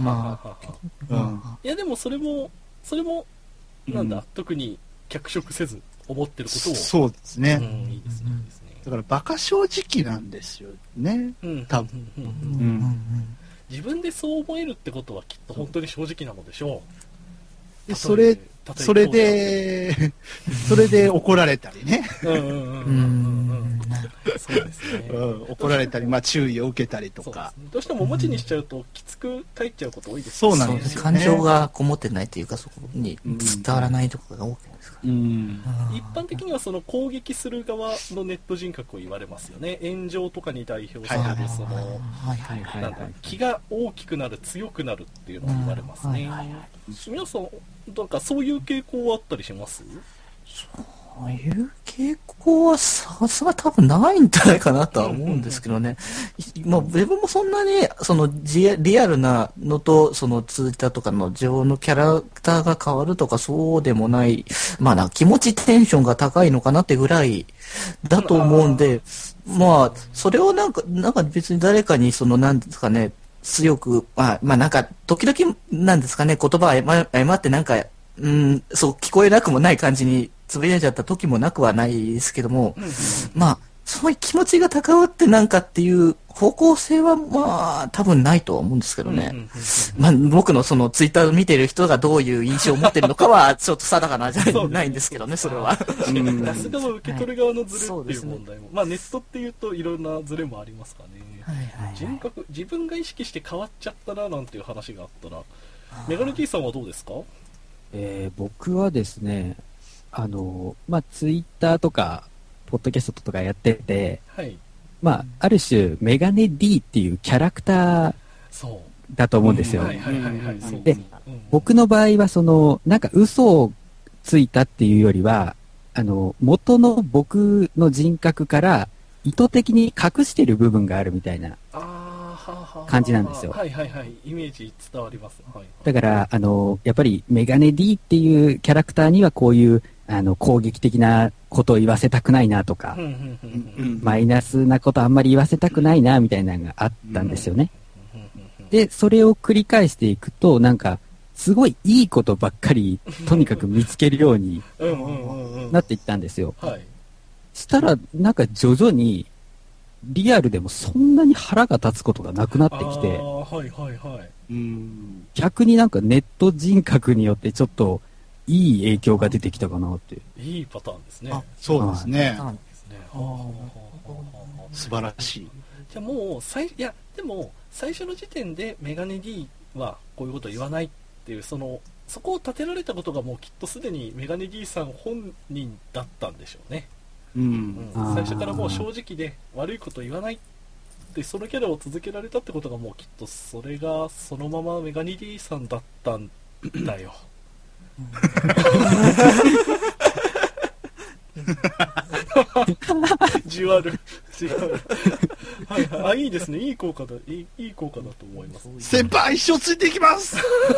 いやでもそれもなんだ、特に脚色せず思ってることを。 そうですね。 いいですね。 だから馬鹿正直なんですよね。多分。 自分でそう思えるってことはきっと本当に正直なのでしょう。 それで怒られたりね。 そうですね。 怒られたり、注意を受けたりとか。 どうしても文字にしちゃうときつく書いちゃうこと多いですそうなんですよね。 感情がこもってないというか、そこに伝わらないところが多くないですか。 一般的にはその攻撃する側のネット人格を言われますよね。炎上とかに代表されるその気が大きくなる、強くなるっていうのを言われますね。皆さんなんかそういう傾向はあったりします？ そういう傾向はさすが多分ないんじゃないかなとは思うんですけどね。まあ自分もそんなにそのリアルなのとそのツイッターとかの情のキャラクターが変わるとかそうでもない。まあ気持ちテンションが高いのかなってぐらいだと思うんで、まあそれをなんか別に誰かにそのなんですかね、強くなんか時々なんですかね、言葉誤ってなんかそう聞こえなくもない感じにつぶやいちゃった時もなくはないですけども、そういう気持ちが高まってなんかっていう方向性は多分ないとは思うんですけどね。僕のそのツイッターを見てる人がどういう印象を持ってるのかはちょっと定かなじゃないんですけどね、それは。 さすがの受け取る側のズレっていう問題も、ネットっていうといろんなズレもありますかね。自分が意識して変わっちゃったななんていう話があったら、メガネ T さんはどうですか？ 僕はですね、ツイッターとか、ポッドキャストとかやってて、ある種、メガネ D っていうキャラクターだと思うんですよ。で、僕の場合は、なんか嘘をついたっていうよりは、元の僕の人格から意図的に隠してる部分があるみたいな感じなんですよ。 イメージ伝わります。 だから、やっぱりメガネ D っていうキャラクターにはこういう攻撃的なことを言わせたくないなとか、マイナスなことあんまり言わせたくないなみたいなのがあったんですよね。で、それを繰り返していくと、なんか、すごいいいことばっかり、とにかく見つけるようになっていったんですよ。したら、なんか徐々に、リアルでもそんなに腹が立つことがなくなってきて、逆になんかネット人格によってちょっと、いい影響が出てきたかなって。 いいパターンですね。 そうですね。素晴らしい。 じゃあもうでも最初の時点でメガネ D はこういうことを言わないっていうそこを立てられたことがもうきっとすでにメガネ D さん本人だったんでしょうね。最初からもう正直で悪いことを言わないでそのキャラを続けられたってことがもうきっとそれがそのままメガネ D さんだったんだよ。じわる。いいですね。いい効果だ。いい効果だと思います。 先輩一生ついていきます。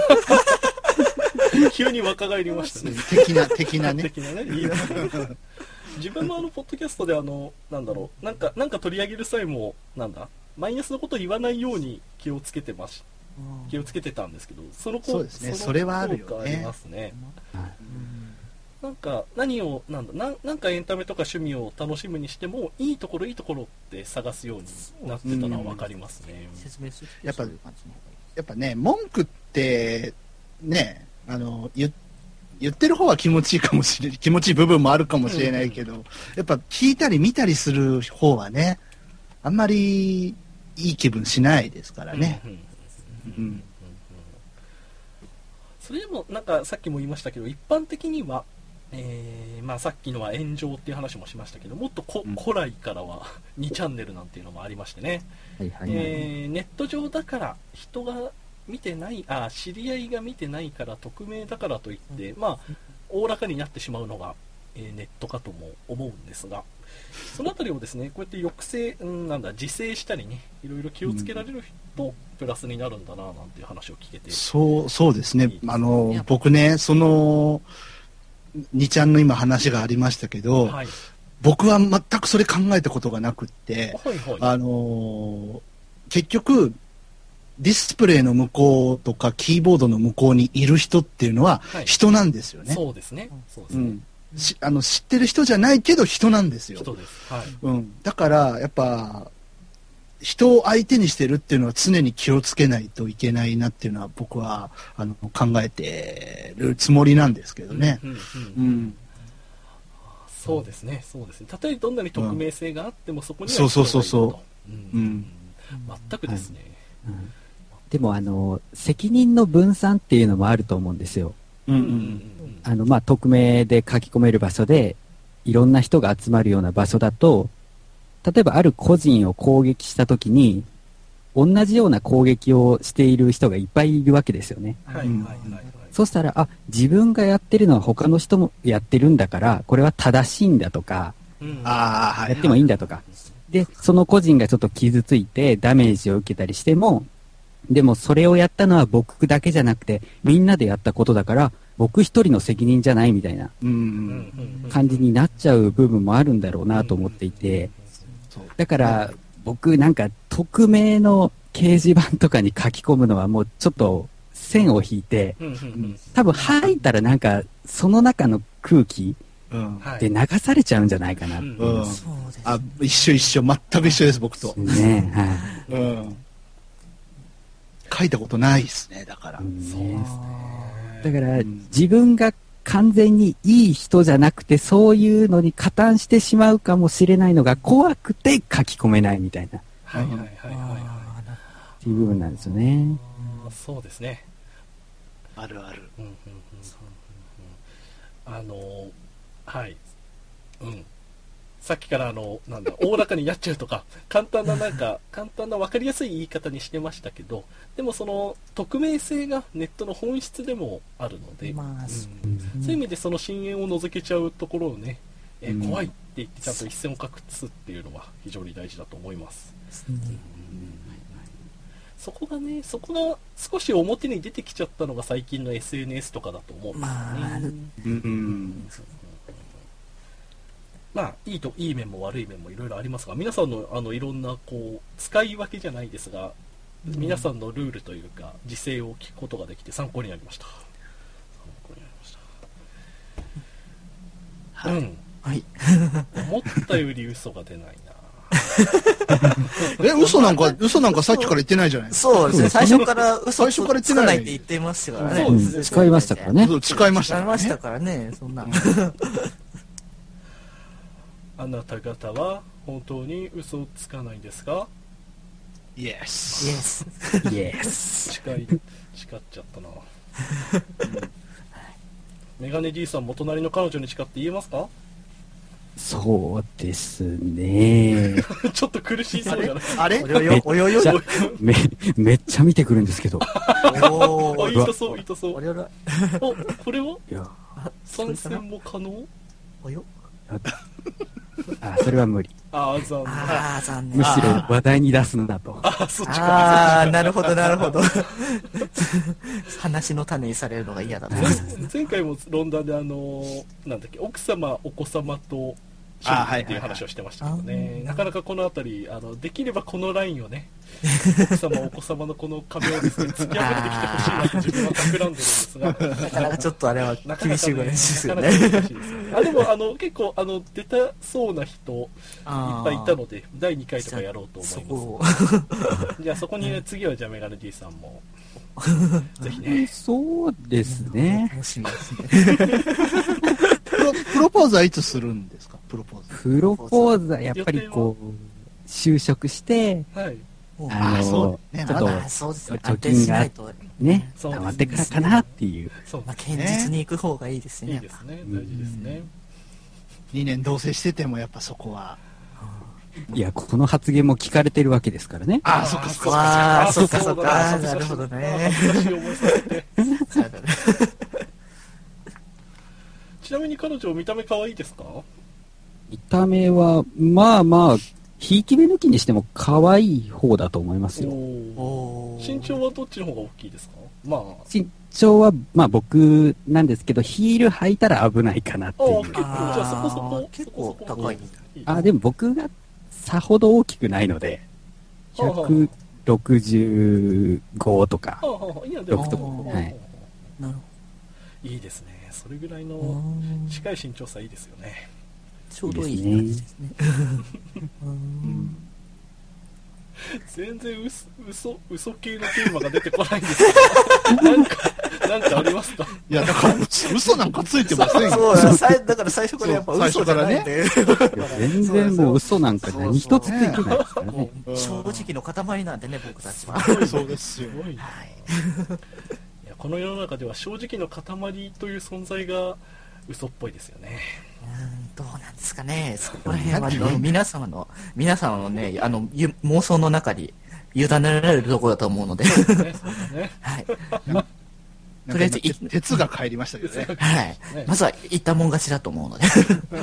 急に若返りましたね。 的なね。 いいですね。自分もポッドキャストでなんだろう、なんか取り上げる際もマイナスのことを言わないように気をつけてたんですけど、 そうですね。それはあるよね。 ありますね。なんか何をなんかエンタメとか趣味を楽しむにしてもいいところって探すようになってたのは分かりますね。 やっぱね、文句ってね、言ってる方は気持ちいいかもしれない、気持ちいい部分もあるかもしれないけど、やっぱ聞いたり見たりする方はね、あんまりいい気分しないですからね。 それでもなんかさっきも言いましたけど、一般的には、まあ、さっきのは炎上っていう話もしましたけど、もっと古来からは2チャンネルなんていうのもありましてね、ネット上だから人が見てない、知り合いが見てないから匿名だからといって、まあおおらかになってしまうのが、ネットかとも思うんですが、そのあたりをですね、こうやって抑制、自制したりね、いろいろ気をつけられるとプラスになるんだななんていう話を聞けて、 そうですね。僕ね、その2ちゃんの今話がありましたけど、はい、僕は全くそれ考えたことがなくって、はいはい、結局ディスプレイの向こうとかキーボードの向こうにいる人っていうのは人なんですよね。 そうですね。そうですね。 知ってる人じゃないけど人なんですよ。 人です。はい。 だからやっぱ人を相手にしてるっていうのは常に気をつけないといけないなっていうのは僕は考えてるつもりなんですけどね。 そうですね。そうですね。たとえどんなに匿名性があってもそこには人がいると。 全くですね。 でも責任の分散っていうのもあると思うんですよ。まあ、匿名で書き込める場所でいろんな人が集まるような場所だと、例えばある個人を攻撃したときに同じような攻撃をしている人がいっぱいいるわけですよね。そしたら自分がやってるのは他の人もやってるんだからこれは正しいんだとか、やってもいいんだとか、でその個人がちょっと傷ついてダメージを受けたりしても、でもそれをやったのは僕だけじゃなくてみんなでやったことだから僕一人の責任じゃないみたいな感じになっちゃう部分もあるんだろうなと思っていて、だから僕なんか匿名の掲示板とかに書き込むのはもうちょっと線を引いて、多分入ったらなんかその中の空気で流されちゃうんじゃないかな。 一緒全く一緒です僕と。 ね、 書いたことないですね、だから。 そうですね。 だから自分が完全にいい人じゃなくてそういうのに加担してしまうかもしれないのが怖くて書き込めないみたいなっていう部分なんですよね。 そうですね。 あるある。 はい。さっきからおおらかにやっちゃうとか簡単な分かりやすい言い方にしてましたけど、でもその匿名性がネットの本質でもあるので、そういう意味でその深淵を除けちゃうところをね、怖いって言ってちゃんと一線を画すっていうのは非常に大事だと思います。そこが少し表に出てきちゃったのが最近の SNS とかだと思うんですよね。まあ、いい面も悪い面もいろいろありますが、皆さんのいろんな使い分けじゃないですが、皆さんのルールというか自制を聞くことができて参考になりました。 はい。 思ったより嘘が出ないな。嘘なんかさっきから言ってないじゃないですか。 そうですね。最初から嘘つかないって言ってましたからね。 使いましたからね。 使いましたからね。そんな。 あなた方は本当に嘘をつかないですか？ Yes。 誓っちゃったな。メガネ D さんも隣の彼女に誓って言えますか？ そうですね。 ちょっと苦しそうじゃない？ あれ？ めっちゃ見てくるんですけど。 痛そう。これは？参戦も可能？ それは無理。 残念。 むしろ話題に出すんだと。 そっちか。 なるほど。話の種にされるのが嫌だと。 前回も論壇で奥様お子様とっていう話をしてましたけどね、なかなかこのあたりできればこのラインをね、奥様お子様のこの壁をですね突き破ってきてほしいなと自分は企んでるんですが、 なかなかちょっとあれは厳しいぐらいですよね。 でも結構出たそうな人いっぱいいたので第2回とかやろうと思います。じゃあそこに、ね、次はじゃあメガネ D さんもぜひね。 そうですね。 楽しみですね。 プロポーズはいつするんですか？プロポーズはややっぱり就職して、 ちょっと、貯金がね、溜まってからかなっていう。 堅実に行く方がいいですね。 いいですね。大事ですね。 2年同棲しててもやっぱそこは。 いや、この発言も聞かれてるわけですからね。 ああ、そっかそっか。 そっかそっか。なるほどね。 ちなみに彼女見た目可愛いですか？ 見た目は、まあまあ、ひいき目抜きにしても可愛い方だと思いますよ。 身長はどっちの方が大きいですか？まあ。 身長は、まあ僕なんですけど、ヒール履いたら危ないかなっていう。 結構、じゃあそこそこ。 結構高い。 でも僕がさほど大きくないので、165とか、6とか。はい。 なるほど。いいですね。それぐらいの近い身長差いいですよね。 ちょうどいい感じですね。 全然嘘系のテーマが出てこないんですけど、なんかありますか？ いや、だから嘘なんかついてませんよ。 だから最初からやっぱ嘘じゃないんで。 全然もう嘘なんか何一つついてないですからね。 正直の塊なんでね、僕たちは。 そうですよ。 この世の中では正直の塊という存在が嘘っぽいですよね。 どうなんですかね。そこら辺は皆様のね、妄想の中に委ねられるところだと思うので。はい。とりあえず鉄が帰りましたけどね。 はい。まずは言ったもん勝ちだと思うので。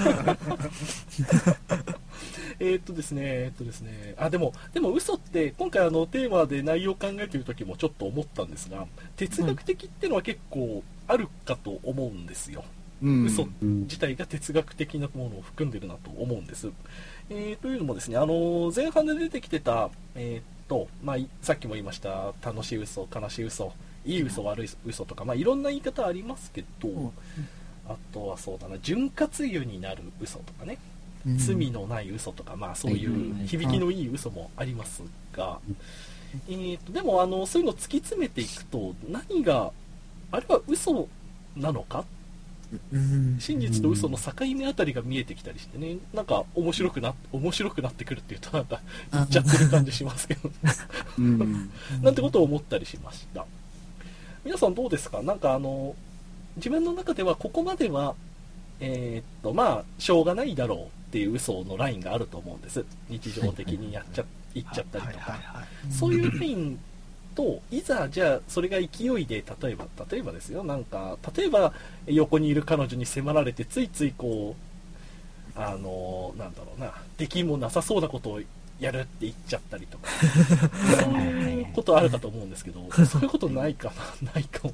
ですね。でも嘘って今回テーマで内容を考えている時もちょっと思ったんですが、哲学的っていうのは結構あるかと思うんですよ。嘘自体が哲学的なものを含んでるなと思うんです。というのもですね、前半で出てきてた、まあ、さっきも言いました楽しい嘘、悲しい嘘、いい嘘、悪い嘘とか、まあ、いろんな言い方ありますけど、あとはそうだな、潤滑油になる嘘とかね、罪のない嘘とか、まあ、そういう響きのいい嘘もありますが、でもそういうのを突き詰めていくと、何があれは嘘なのか、真実と嘘の境目あたりが見えてきたりしてね、なんか面白くなってくるっていうとなんか言っちゃってる感じしますけどなんてことを思ったりしました。皆さんどうですか？なんか自分の中ではここまではまあしょうがないだろうっていう嘘のラインがあると思うんです。日常的に言っちゃったりとか、そういうラインと、いざじゃあそれが勢いで例えばですよ、なんか例えば横にいる彼女に迫られてついついこうなんだろうな、できもなさそうなことをやるって言っちゃったりとかそういうことあるかと思うんですけど、そういうことないかも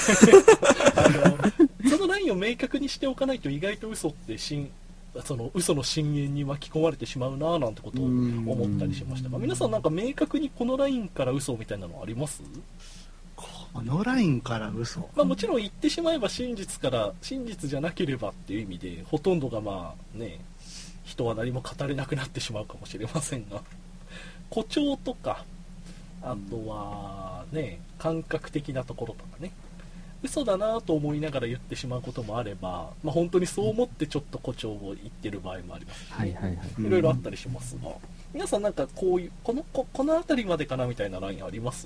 そのラインを明確にしておかないと意外と嘘ってその嘘の深淵に巻き込まれてしまうななんてことを思ったりしましたが、皆さんなんか明確にこのラインから嘘みたいなのあります？ このラインから嘘、 まあ、もちろん言ってしまえば真実じゃなければっていう意味でほとんどがまあね、人は何も語れなくなってしまうかもしれませんが、誇張とかあとはね、感覚的なところとかね、嘘だなと思いながら言ってしまうこともあれば、まあ、本当にそう思ってちょっと誇張を言ってる場合もありますし、いろいろあったりしますが、皆さんなんかこういうこの辺りまでかなみたいなラインあります？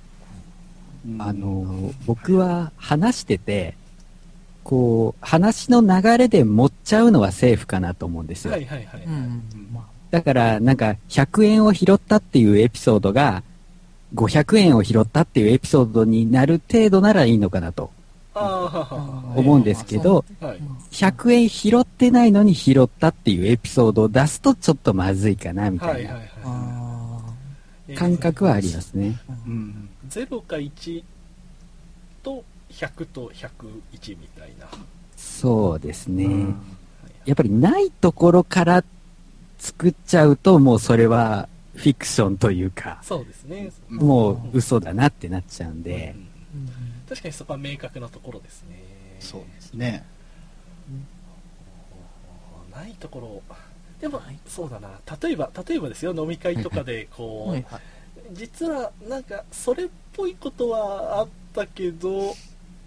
僕は話してて、こう話の流れで持っちゃうのはセーフかなと思うんですよ。だからなんか100円を拾ったっていうエピソードが500円を拾ったっていうエピソードになる程度ならいいのかなと思うんですけど、100円拾ってないのに拾ったっていうエピソードを出すとちょっとまずいかなみたいな感覚はありますね。 0か1と100と101みたいな。 そうですね。やっぱりないところから作っちゃうともうそれはフィクションというか、 そうですね、 もう嘘だなってなっちゃうんで、 確かにそこは明確なところですね。 そうですね。 ないところでもそうだな、例えばですよ、飲み会とかでこう、実はなんかそれっぽいことはあったけど、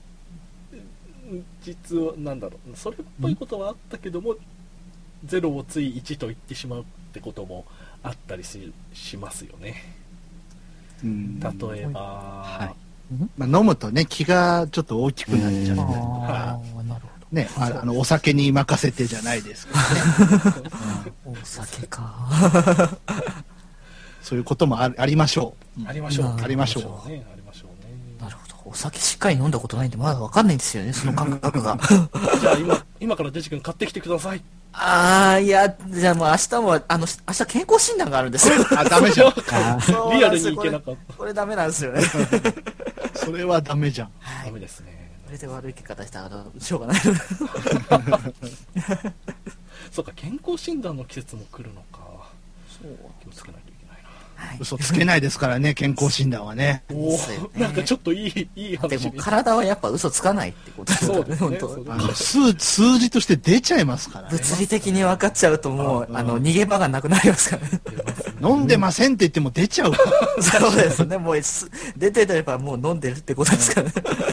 実はなんだろう、それっぽいことはあったけども0をつい1と言ってしまうってこともあったりしますよね。 例えば、 はい、まあ、飲むとね、気がちょっと大きくなっちゃったりとか、 なるほどね、お酒に任せてじゃないですけどね。 お酒か。 そういうこともありましょう。 ありましょう。 ありましょう。 ありましょうね。 なるほど。お酒しっかり飲んだことないんで、まだわかんないんですよね、その感覚が。 じゃあ今からデジ君買ってきてください。 いや、じゃあもう明日も、明日健康診断があるんですよ。 ダメじゃん。 リアルに行けなかった。 これダメなんですよね。 それはダメじゃん。 ダメですね。 これで悪い結果出したらしょうがない。 そうか、健康診断の季節も来るのか。そう気をつけないといけないな。 嘘つけないですからね、健康診断はね。 なんかちょっといい話でも体はやっぱ嘘つかないってことですよね、本当。 数字として出ちゃいますからね。 物理的に分かっちゃうともう、逃げ場がなくなりますからね。 飲んでませんって言っても出ちゃうから。 そうですね、もう出てればもう飲んでるってことですからね。そうだよ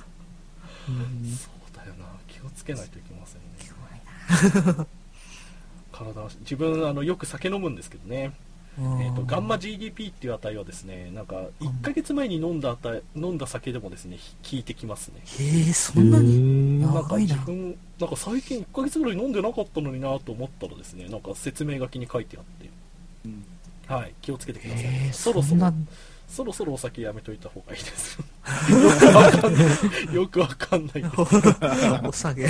な、気をつけないといけませんね。自分よく酒飲むんですけどね。ガンマ GDP っていう値はですね、なんか1ヶ月前に飲んだ酒でもですね、効いてきますね。 そんなになんか自分なんか最近1ヶ月ぐらい飲んでなかったのになと思ったらですね、なんか説明書きに書いてあって、はい、気をつけてください。そろそろお酒やめといた方がいいです。よくわかんないです。 お酒。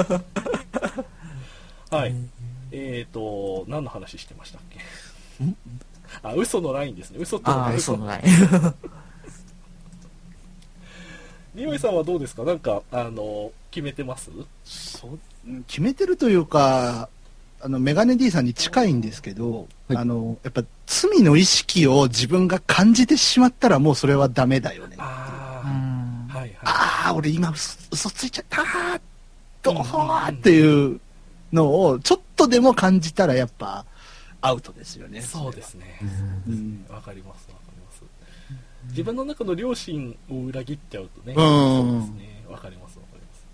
はい。何の話してましたっけ？嘘のラインですね。嘘のライン。 リワイさんはどうですか？なんか決めてます？ 決めてるというか、メガネ D さんに近いんですけど、やっぱ罪の意識を自分が感じてしまったらもうそれはダメだよね。俺今嘘ついちゃったーどうっていうのをちょっとでも感じたらやっぱアウトですよね。 そうですね。わかります。自分の中の良心を裏切っちゃうとね。そうですね。わかります。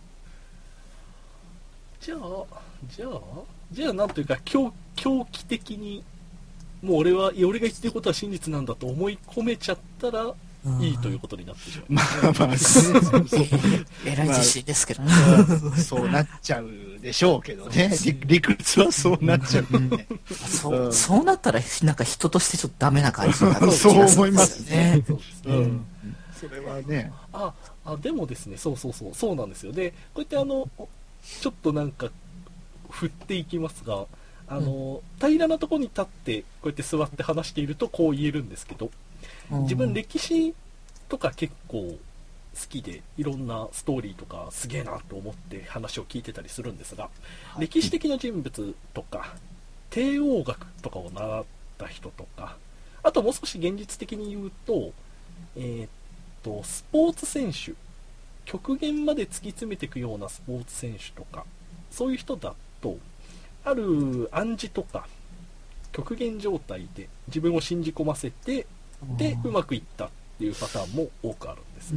じゃあなんというか狂気的にもう俺が言ってることは真実なんだと思い込めちゃったらいいということになってしまう。 えらい自信ですけどね。 そうなっちゃうでしょうけどね。理屈はそうなっちゃうね。 そうなったらなんか人としてちょっとダメな感じになる。 そう思いますね。それはね。 でもですね、そうなんですよ。で、こうやってちょっとなんか振っていきますが、平らなところに立ってこうやって座って話しているとこう言えるんですけど、自分歴史とか結構好きでいろんなストーリーとかすげえなと思って話を聞いてたりするんですが、歴史的な人物とか帝王学とかを習った人とか、あともう少し現実的に言うとスポーツ選手、極限まで突き詰めていくようなスポーツ選手とか、そういう人だとある暗示とか極限状態で自分を信じ込ませて、でうまくいったっていうパターンも多くあるんです。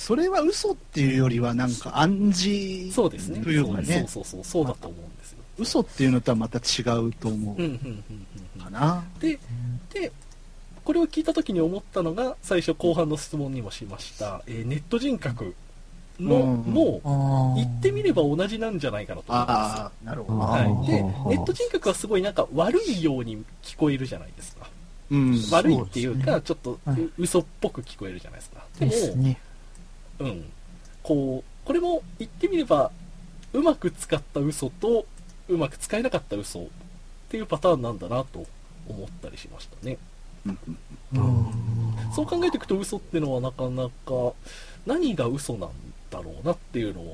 それは嘘っていうよりはなんか暗示というかね。 そうだと思うんですよ。 嘘っていうのとはまた違うと思うかな。 でこれを聞いた時に思ったのが、最初後半の質問にもしました、ネット人格のも言ってみれば同じなんじゃないかなと思うんですよ。 なるほど。 でネット人格はすごいなんか悪いように聞こえるじゃないですか。悪いっていうかちょっと嘘っぽく聞こえるじゃないですか。でもこれも言ってみればうまく使った嘘とうまく使えなかった嘘っていうパターンなんだなと思ったりしましたね。そう考えていくと嘘ってのはなかなか何が嘘なんだろうなっていうの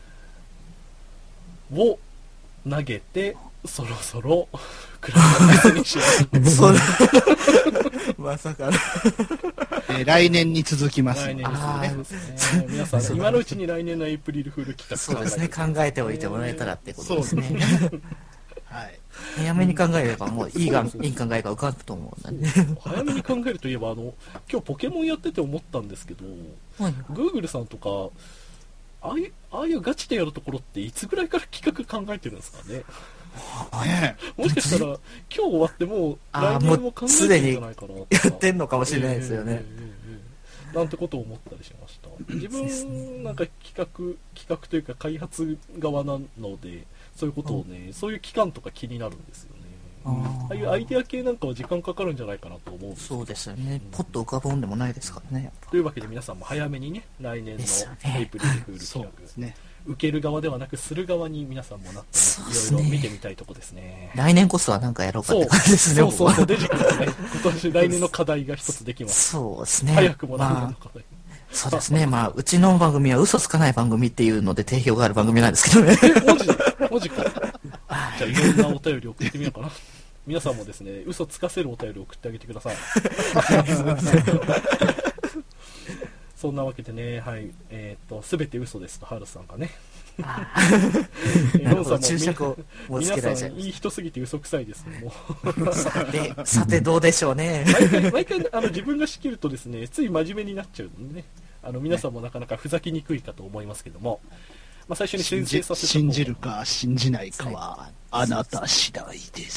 を投げて、そろそろクライマックスにしよう。 まさか来年に続きます。 来年ですね。皆さん今のうちに来年のエイプリルフール企画そうですね、考えておいてもらえたらってことですね。 はい。 早めに考えればもういい考えが浮かぶと思うんで。 早めに考えるといえば今日ポケモンやってて思ったんですけど、Google さんとかああいうガチでやるところっていつぐらいから企画考えてるんですかね。 ね、 もしかしたら今日終わってもう来年も考えてるんじゃないかなとやってんのかもしれないですよね。 なんてことを思ったりしました。自分なんか企画というか開発側なので、そういうことをね、そういう期間とか気になるんですよね。ああいうアイデア系なんかは時間かかるんじゃないかなと思うんです。 そうですよね。ポッと浮かぶんでもないですからね。 というわけで皆さんも早めにね、来年のエイプリルフール企画ですね。受ける側ではなくする側に皆さんもなって、いろいろ見てみたいとこですね。 来年こそは何かやろうかって感じですね。 そう、デジ君ですね。今年来年の課題が一つできます。 そうですね。 早くも来年の課題。 そうですね。まあ、うちの番組は嘘つかない番組っていうので定評がある番組なんですけどね。 文字か。じゃあ、いろんなお便り送ってみようかな。皆さんもですね、嘘つかせるお便り送ってあげてください。そんなわけでね、はい、すべて嘘ですと、ハルさんがね。 ノンさんも注釈をもうつけられちゃいます。 皆さんいい人すぎて嘘くさいですね、もう。さてどうでしょうね。 毎回自分が仕切るとですね、つい真面目になっちゃうのでね、皆さんもなかなかふざけにくいかと思いますけども、まあ、最初に申請させて信じるか信じないかはあなた次第です。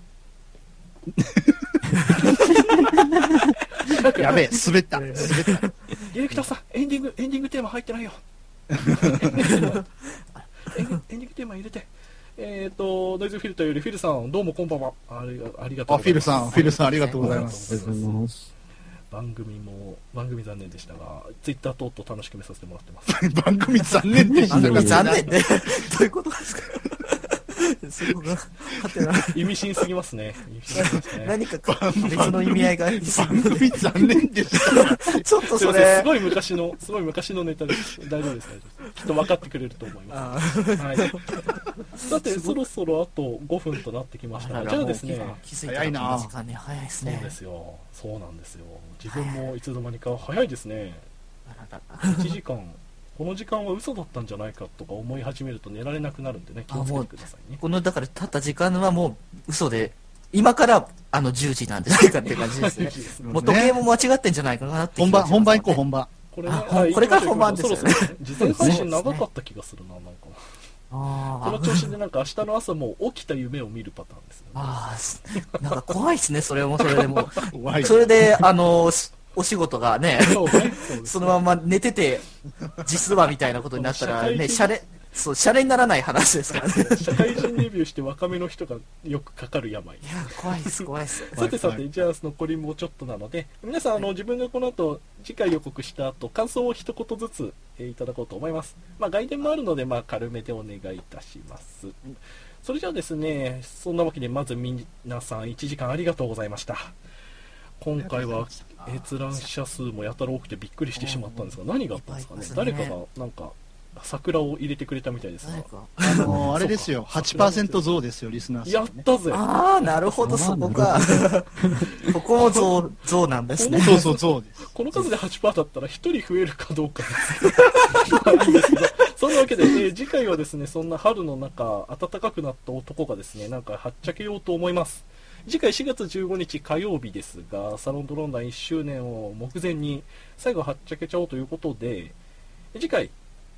やべえ、滑った。ディレクターさん、エンディングテーマ入ってないよ。エンディングテーマ入れて。ノイズフィルターよりフィルさん、どうもこんばんは。ありがとうございます。 フィルさん、ありがとうございます。 番組残念でしたが、ツイッター等々楽しく見させてもらってます。 番組残念でした。 番組残念ね。どういうことですか。そこが意味深すぎますね。 何か別の意味合いがありそう。 番組残念でした。 ちょっとそれすごい昔のネタです。大丈夫です。きっと分かってくれると思います。はい。さて、そろそろあと5分となってきましたが、じゃあですね、 早いな。時間ね、早いですね。 そうなんですよ。自分もいつの間にか早いですね。1時間。この時間は嘘だったんじゃないかとか思い始めると寝られなくなるんでね、気をつけてくださいね。 だから経った時間はもう嘘で、今から10時なんじゃないかっていう感じですね。もう時計も間違ってんじゃないかなって本番行こう、本番。 これから本番ですよね。 事前配信長かった気がするな、なんか。この調子でなんか明日の朝も起きた夢を見るパターンですね。なんか怖いですね、それもそれでも。それで、お仕事がね、そのまま寝てて、実はみたいなことになったらね、シャレにならない話ですからね。 社会人デビューして若めの人がよくかかる病。 いや、怖いです、怖いです。 さて、じゃあ残りもうちょっとなので、皆さん、自分がこの後、次回予告した後、感想を一言ずつ、いただこうと思います。まあ、外伝もあるので、まあ、軽めでお願いいたします。それじゃあですね、そんなわけで、まず皆さん1時間ありがとうございました。今回は閲覧者数もやたら多くてびっくりしてしまったんですが、何があったんですかね。誰かがなんか桜を入れてくれたみたいですが、 あれですよ、8% 増ですよ、リスナー数、 やったぜ。 ああ、なるほど、そこか。ここも増なんですね。 そう増です。 この数で 8% だったら1人増えるかどうかですけど、そんなわけで、次回はですね、そんな春の中、暖かくなった男がですね、なんかはっちゃけようと思います。次回4月15日火曜日ですが、サロンドロンダン1周年を目前に最後はっちゃけちゃおうということで、次回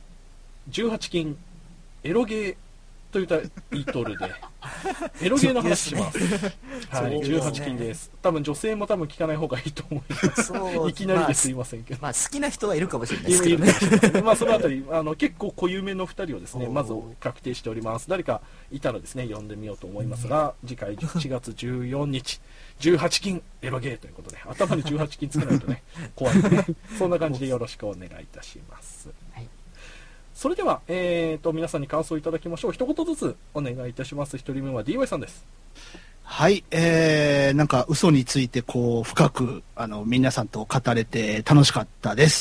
18禁エロゲーというタイトルでエロゲーの話します。はい、18禁です。多分女性も多分聞かない方がいいと思います。いきなりですいませんけど。 まあ好きな人はいるかもしれないですけどね。 まあそのあたり結構固有名の2人をですね、まず確定しております。誰かいたらですね、呼んでみようと思いますが、次回4月14日、18禁エロゲーということで、頭に18禁つけないとね、怖いので、ね、そんな感じでよろしくお願いいたします。それでは、皆さんに感想いただきましょう。一言ずつお願いいたします。一人目は DY さんです。 はい、なんか嘘についてこう深く皆さんと語れて楽しかったです。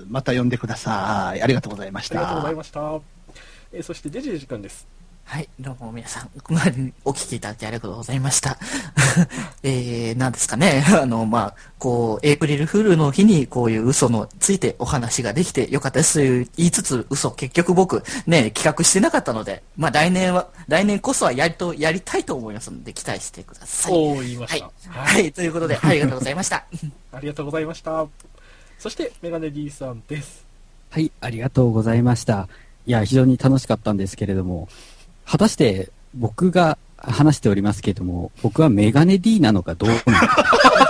また呼んでください。ありがとうございました。 ありがとうございました。そしてデジデジ君です。 はい、どうも皆さん、お聞きいただきありがとうございました。なんですかね、まあ、こう、エイプリルフールの日にこういう嘘のついてお話ができてよかったですと言いつつ、嘘、結局僕、ね、企画してなかったので、まあ来年こそはやりたいと思いますので、期待してください。 言いました。 はい、ということで、ありがとうございました。 ありがとうございました。そして、メガネ D さんです。 はい、ありがとうございました。いや、非常に楽しかったんですけれども、果たして僕が話しておりますけれども、僕はメガネ D なのかどうなのか。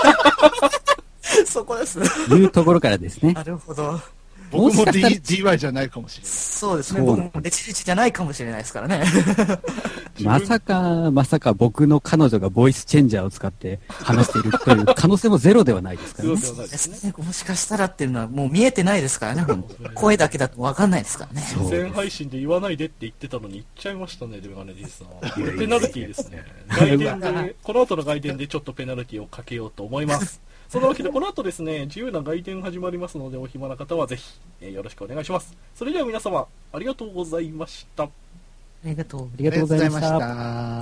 そこですというところからですね。 なるほど。 僕も DY じゃないかもしれない。 そうですね。僕もレチレチじゃないかもしれないですからね。 まさか僕の彼女がボイスチェンジャーを使って話しているという可能性もゼロではないですからね。 そうですね。もしかしたらっていうのはもう見えてないですからね。声だけだと分かんないですからね。 全配信で言わないでって言ってたのに言っちゃいましたね、メガネ D さん。ペナルティーですね。外伝で、この後の外伝でちょっとペナルティーをかけようと思います。そのわけでこの後ですね、自由な外伝始まりますので、お暇な方はぜひ、よろしくお願いします。それでは皆様、ありがとうございました。 ありがとうございました。